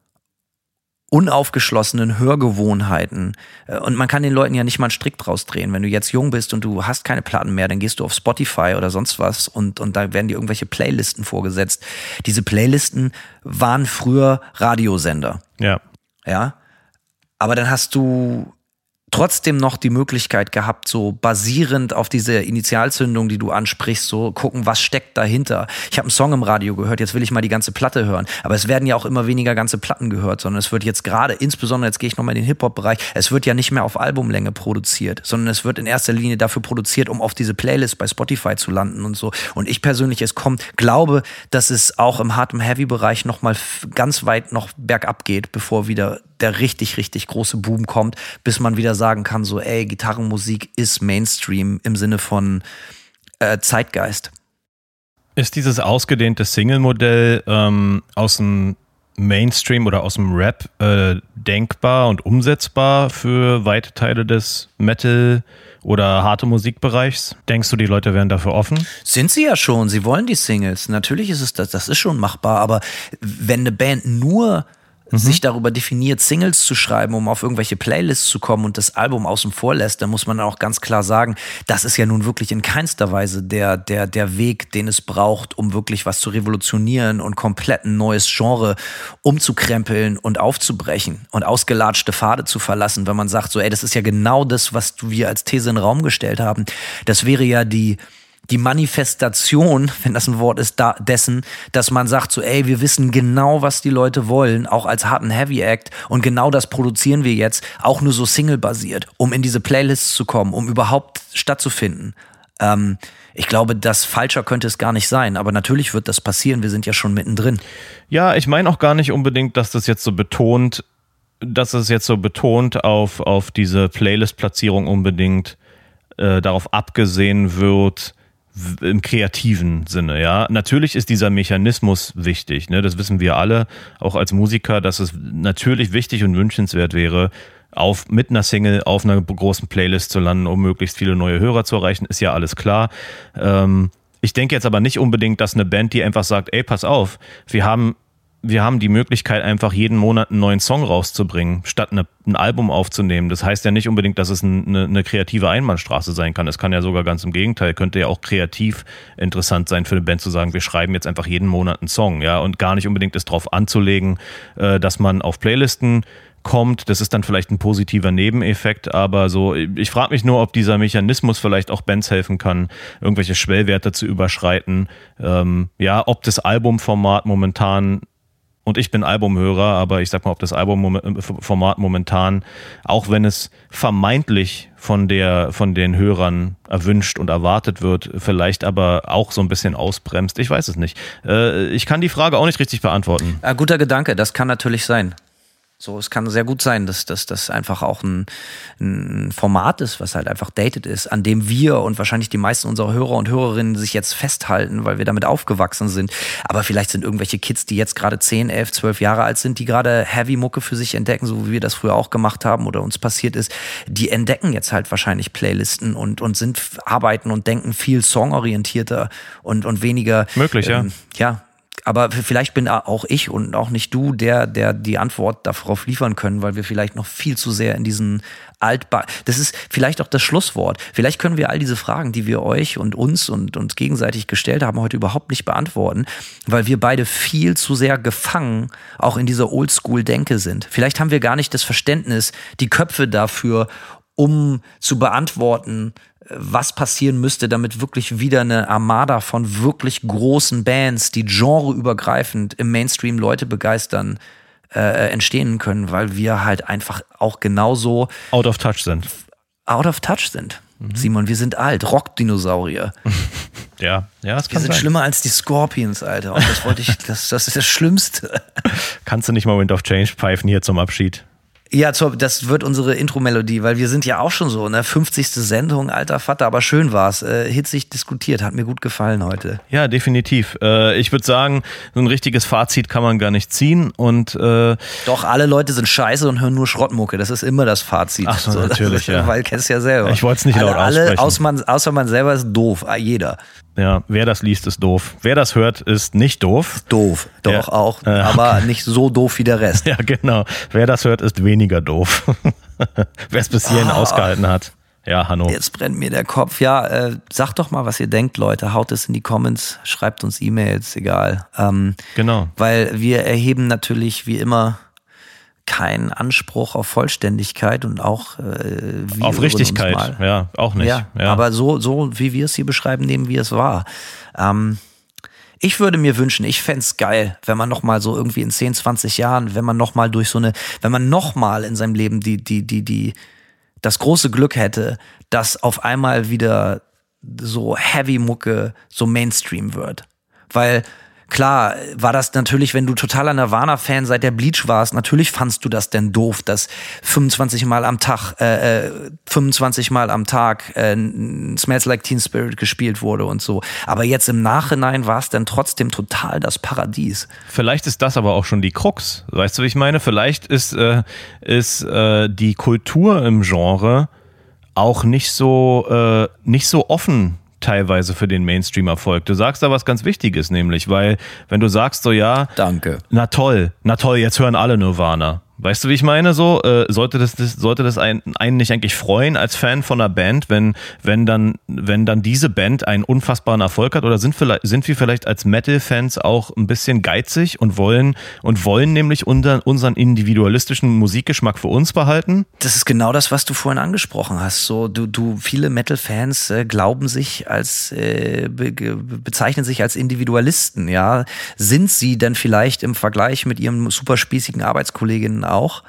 unaufgeschlossenen Hörgewohnheiten. Und man kann den Leuten ja nicht mal einen Strick draus drehen. Wenn du jetzt jung bist und du hast keine Platten mehr, dann gehst du auf Spotify oder sonst was und, und da werden dir irgendwelche Playlisten vorgesetzt. Diese Playlisten waren früher Radiosender. Ja. Ja. Aber dann hast du trotzdem noch die Möglichkeit gehabt, so basierend auf diese Initialzündung, die du ansprichst, so gucken, was steckt dahinter. Ich habe einen Song im Radio gehört, jetzt will ich mal die ganze Platte hören. Aber es werden ja auch immer weniger ganze Platten gehört, sondern es wird jetzt gerade, insbesondere jetzt gehe ich nochmal in den Hip-Hop-Bereich, es wird ja nicht mehr auf Albumlänge produziert, sondern es wird in erster Linie dafür produziert, um auf diese Playlist bei Spotify zu landen und so. Und ich persönlich, es kommt, glaube, dass es auch im Hard- und Heavy-Bereich nochmal ganz weit noch bergab geht, bevor wieder der richtig, richtig große Boom kommt, bis man wieder sagen kann, so ey, Gitarrenmusik ist Mainstream im Sinne von äh, Zeitgeist. Ist dieses ausgedehnte Single-Modell ähm, aus dem Mainstream oder aus dem Rap äh, denkbar und umsetzbar für weite Teile des Metal- oder harte Musikbereichs? Denkst du, die Leute wären dafür offen? Sind sie ja schon, sie wollen die Singles. Natürlich ist es das, das ist schon machbar, aber wenn eine Band nur Mhm. sich darüber definiert, Singles zu schreiben, um auf irgendwelche Playlists zu kommen und das Album außen vor lässt, dann muss man auch ganz klar sagen, das ist ja nun wirklich in keinster Weise der, der, der Weg, den es braucht, um wirklich was zu revolutionieren und komplett ein neues Genre umzukrempeln und aufzubrechen und ausgelatschte Pfade zu verlassen, wenn man sagt, so ey, das ist ja genau das, was wir als These in den Raum gestellt haben. Das wäre ja die die Manifestation, wenn das ein Wort ist, da, dessen, dass man sagt so, ey, wir wissen genau, was die Leute wollen, auch als Hard- and Heavy-Act und genau das produzieren wir jetzt, auch nur so Single-basiert, um in diese Playlists zu kommen, um überhaupt stattzufinden. Ähm, ich glaube, das falscher könnte es gar nicht sein, aber natürlich wird das passieren, wir sind ja schon mittendrin. Ja, ich meine auch gar nicht unbedingt, dass das jetzt so betont, dass es jetzt so betont auf, auf diese Playlist-Platzierung unbedingt äh, darauf abgesehen wird, im kreativen Sinne, ja. Natürlich ist dieser Mechanismus wichtig, ne? Das wissen wir alle, auch als Musiker, dass es natürlich wichtig und wünschenswert wäre, auf, mit einer Single auf einer großen Playlist zu landen, um möglichst viele neue Hörer zu erreichen, ist ja alles klar. Ähm, ich denke jetzt aber nicht unbedingt, dass eine Band, die einfach sagt, ey, pass auf, wir haben wir haben die Möglichkeit, einfach jeden Monat einen neuen Song rauszubringen, statt eine, ein Album aufzunehmen. Das heißt ja nicht unbedingt, dass es eine, eine kreative Einbahnstraße sein kann. Es kann ja sogar ganz im Gegenteil, könnte ja auch kreativ interessant sein für eine Band zu sagen, wir schreiben jetzt einfach jeden Monat einen Song, ja, und gar nicht unbedingt es darauf anzulegen, äh, dass man auf Playlisten kommt. Das ist dann vielleicht ein positiver Nebeneffekt, aber so, ich frage mich nur, ob dieser Mechanismus vielleicht auch Bands helfen kann, irgendwelche Schwellwerte zu überschreiten. Ähm, ja, ob das Albumformat momentan und ich bin Albumhörer, aber ich sag mal, ob das Albumformat momentan, auch wenn es vermeintlich von der, von den Hörern erwünscht und erwartet wird, vielleicht aber auch so ein bisschen ausbremst. Ich weiß es nicht. Äh, ich kann die Frage auch nicht richtig beantworten. Ja, guter Gedanke, das kann natürlich sein. So, es kann sehr gut sein, dass das dass einfach auch ein, ein Format ist, was halt einfach dated ist, an dem wir und wahrscheinlich die meisten unserer Hörer und Hörerinnen sich jetzt festhalten, weil wir damit aufgewachsen sind. Aber vielleicht sind irgendwelche Kids, die jetzt gerade zehn, elf, zwölf Jahre alt sind, die gerade Heavy-Mucke für sich entdecken, so wie wir das früher auch gemacht haben oder uns passiert ist, die entdecken jetzt halt wahrscheinlich Playlisten und, und sind, arbeiten und denken viel songorientierter und, und weniger. Möglich, ähm, ja. Ja. Aber vielleicht bin auch ich und auch nicht du, der, der die Antwort darauf liefern können, weil wir vielleicht noch viel zu sehr in diesen Altba... Das ist vielleicht auch das Schlusswort. Vielleicht können wir all diese Fragen, die wir euch und uns und uns gegenseitig gestellt haben, heute überhaupt nicht beantworten, weil wir beide viel zu sehr gefangen auch in dieser Oldschool-Denke sind. Vielleicht haben wir gar nicht das Verständnis, die Köpfe dafür, um zu beantworten, was passieren müsste, damit wirklich wieder eine Armada von wirklich großen Bands, die genreübergreifend im Mainstream Leute begeistern, äh, entstehen können, weil wir halt einfach auch genauso out of touch sind. Out of touch sind. Mhm. Simon, wir sind alt, Rockdinosaurier. Ja, ja, das kann Wir sind sein. schlimmer als die Scorpions, Alter. Und das wollte ich, das, das ist das Schlimmste. Kannst du nicht mal Wind of Change pfeifen hier zum Abschied? Ja, das wird unsere Intro-Melodie, weil wir sind ja auch schon so, ne, fünfzigste Sendung, alter Vater, aber schön war's, äh, hitzig diskutiert, hat mir gut gefallen heute. Ja, definitiv. Äh, ich würde sagen, so ein richtiges Fazit kann man gar nicht ziehen und äh, doch, alle Leute sind scheiße und hören nur Schrottmucke, das ist immer das Fazit. Ach so, natürlich, ja. Weil, kennst du ja selber. Ich wollte es nicht alle, laut aussprechen. Alle, außer man, außer man selber ist doof, jeder. Ja, wer das liest, ist doof. Wer das hört, ist nicht doof. Doof, doch ja. auch, äh, aber okay. nicht so doof wie der Rest. Ja, genau. Wer das hört, ist weniger doof. Wer es bis hierhin oh. ausgehalten hat. Ja, Hanno. Jetzt brennt mir der Kopf. Ja, äh, sagt doch mal, was ihr denkt, Leute. Haut es in die Comments, schreibt uns E-Mails, egal. Ähm, genau. Weil wir erheben natürlich wie immer keinen Anspruch auf Vollständigkeit und auch äh, wir auf Richtigkeit, uns mal. Ja, auch nicht. Ja, ja. Aber so, so wie wir es hier beschreiben, nehmen wir es wahr. Ähm, ich würde mir wünschen, ich fände es geil, wenn man nochmal so irgendwie in zehn, zwanzig Jahren, wenn man nochmal durch so eine, wenn man nochmal in seinem Leben die, die, die, die, das große Glück hätte, dass auf einmal wieder so Heavy-Mucke so Mainstream wird. Weil klar war das natürlich, wenn du totaler Nirvana-Fan seit der Bleach warst, natürlich fandst du das denn doof, dass fünfundzwanzig Mal am Tag, äh, fünfundzwanzig Mal am Tag äh, Smells Like Teen Spirit gespielt wurde und so. Aber jetzt im Nachhinein war es dann trotzdem total das Paradies. Vielleicht ist das aber auch schon die Krux. Weißt du, wie ich meine? Vielleicht ist, äh, ist äh, die Kultur im Genre auch nicht so, äh, nicht so offen teilweise für den Mainstream-Erfolg. Du sagst da was ganz Wichtiges, nämlich, weil wenn du sagst so, ja, danke, na toll, na toll, jetzt hören alle Nirvana. Weißt du, wie ich meine? So äh, sollte das, das sollte das einen, einen nicht eigentlich freuen als Fan von einer Band, wenn wenn dann wenn dann diese Band einen unfassbaren Erfolg hat, oder sind vielleicht sind wir vielleicht als Metal-Fans auch ein bisschen geizig und wollen und wollen nämlich unseren unseren individualistischen Musikgeschmack für uns behalten? Das ist genau das, was du vorhin angesprochen hast. So du du viele Metal-Fans äh, glauben sich als äh, be, bezeichnen sich als Individualisten. Ja, sind sie denn vielleicht im Vergleich mit ihren superspießigen Arbeitskolleginnen auch,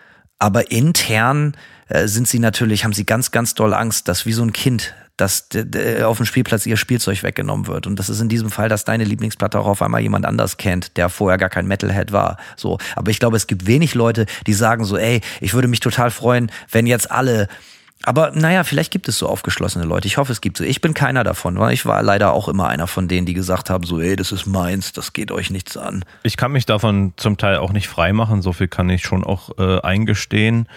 aber intern äh, sind sie natürlich, haben sie ganz, ganz doll Angst, dass wie so ein Kind, dass d- d- auf dem Spielplatz ihr Spielzeug weggenommen wird. Und das ist in diesem Fall, dass deine Lieblingsplatte auch auf einmal jemand anders kennt, der vorher gar kein Metalhead war. So, aber ich glaube, es gibt wenig Leute, die sagen so, ey, ich würde mich total freuen, wenn jetzt alle. Aber naja, vielleicht gibt es so aufgeschlossene Leute. Ich hoffe, es gibt so. Ich bin keiner davon, weil ich war leider auch immer einer von denen, die gesagt haben, so, ey, das ist meins, das geht euch nichts an. Ich kann mich davon zum Teil auch nicht frei machen, so viel kann ich schon auch äh, eingestehen.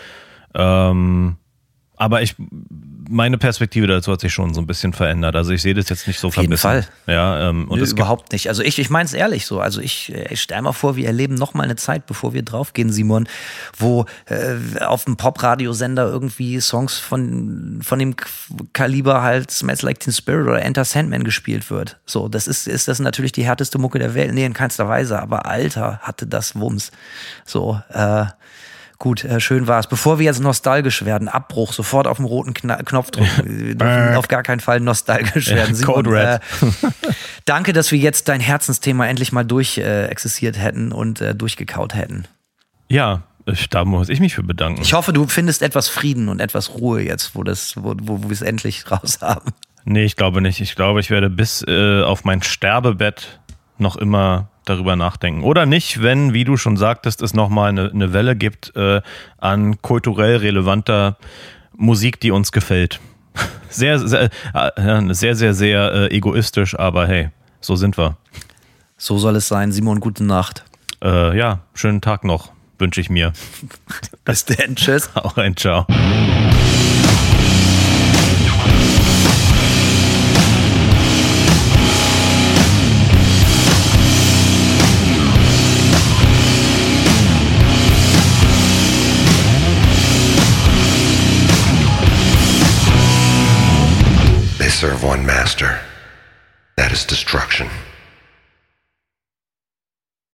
Ähm, aber ich, meine Perspektive dazu hat sich schon so ein bisschen verändert. Also ich sehe das jetzt nicht so verbissen. Auf jeden Fall. Ja, ähm, und Nö, es überhaupt nicht. Also ich, ich meine es ehrlich so. Also ich, ich stelle mal vor, wir erleben noch mal eine Zeit, bevor wir draufgehen, Simon, wo äh, auf dem Popradiosender irgendwie Songs von von dem Kaliber halt Smells Like Teen Spirit oder Enter Sandman gespielt wird. So, das ist ist das natürlich die härteste Mucke der Welt. Nee, in keinster Weise. Aber Alter, hatte das Wumms. So, äh, Gut, äh, schön war's. Bevor wir jetzt nostalgisch werden, Abbruch, sofort auf den roten Kna- Knopf drücken. Wir dürfen auf gar keinen Fall nostalgisch werden. Simon, Code Red. Äh, danke, dass wir jetzt dein Herzensthema endlich mal durch äh, existiert hätten und äh, durchgekaut hätten. Ja, da muss ich mich für bedanken. Ich hoffe, du findest etwas Frieden und etwas Ruhe jetzt, wo, das, wo, wo wir es endlich raus haben. Nee, ich glaube nicht. Ich glaube, ich werde bis äh, auf mein Sterbebett noch immer darüber nachdenken. Oder nicht, wenn, wie du schon sagtest, es nochmal eine, eine Welle gibt äh, an kulturell relevanter Musik, die uns gefällt. Sehr, sehr, äh, sehr, sehr, sehr äh, egoistisch, aber hey, so sind wir. So soll es sein. Simon, gute Nacht. Äh, ja, schönen Tag noch, wünsche ich mir. Bis dann, tschüss. Auch ein Ciao. They serve one master. That is destruction.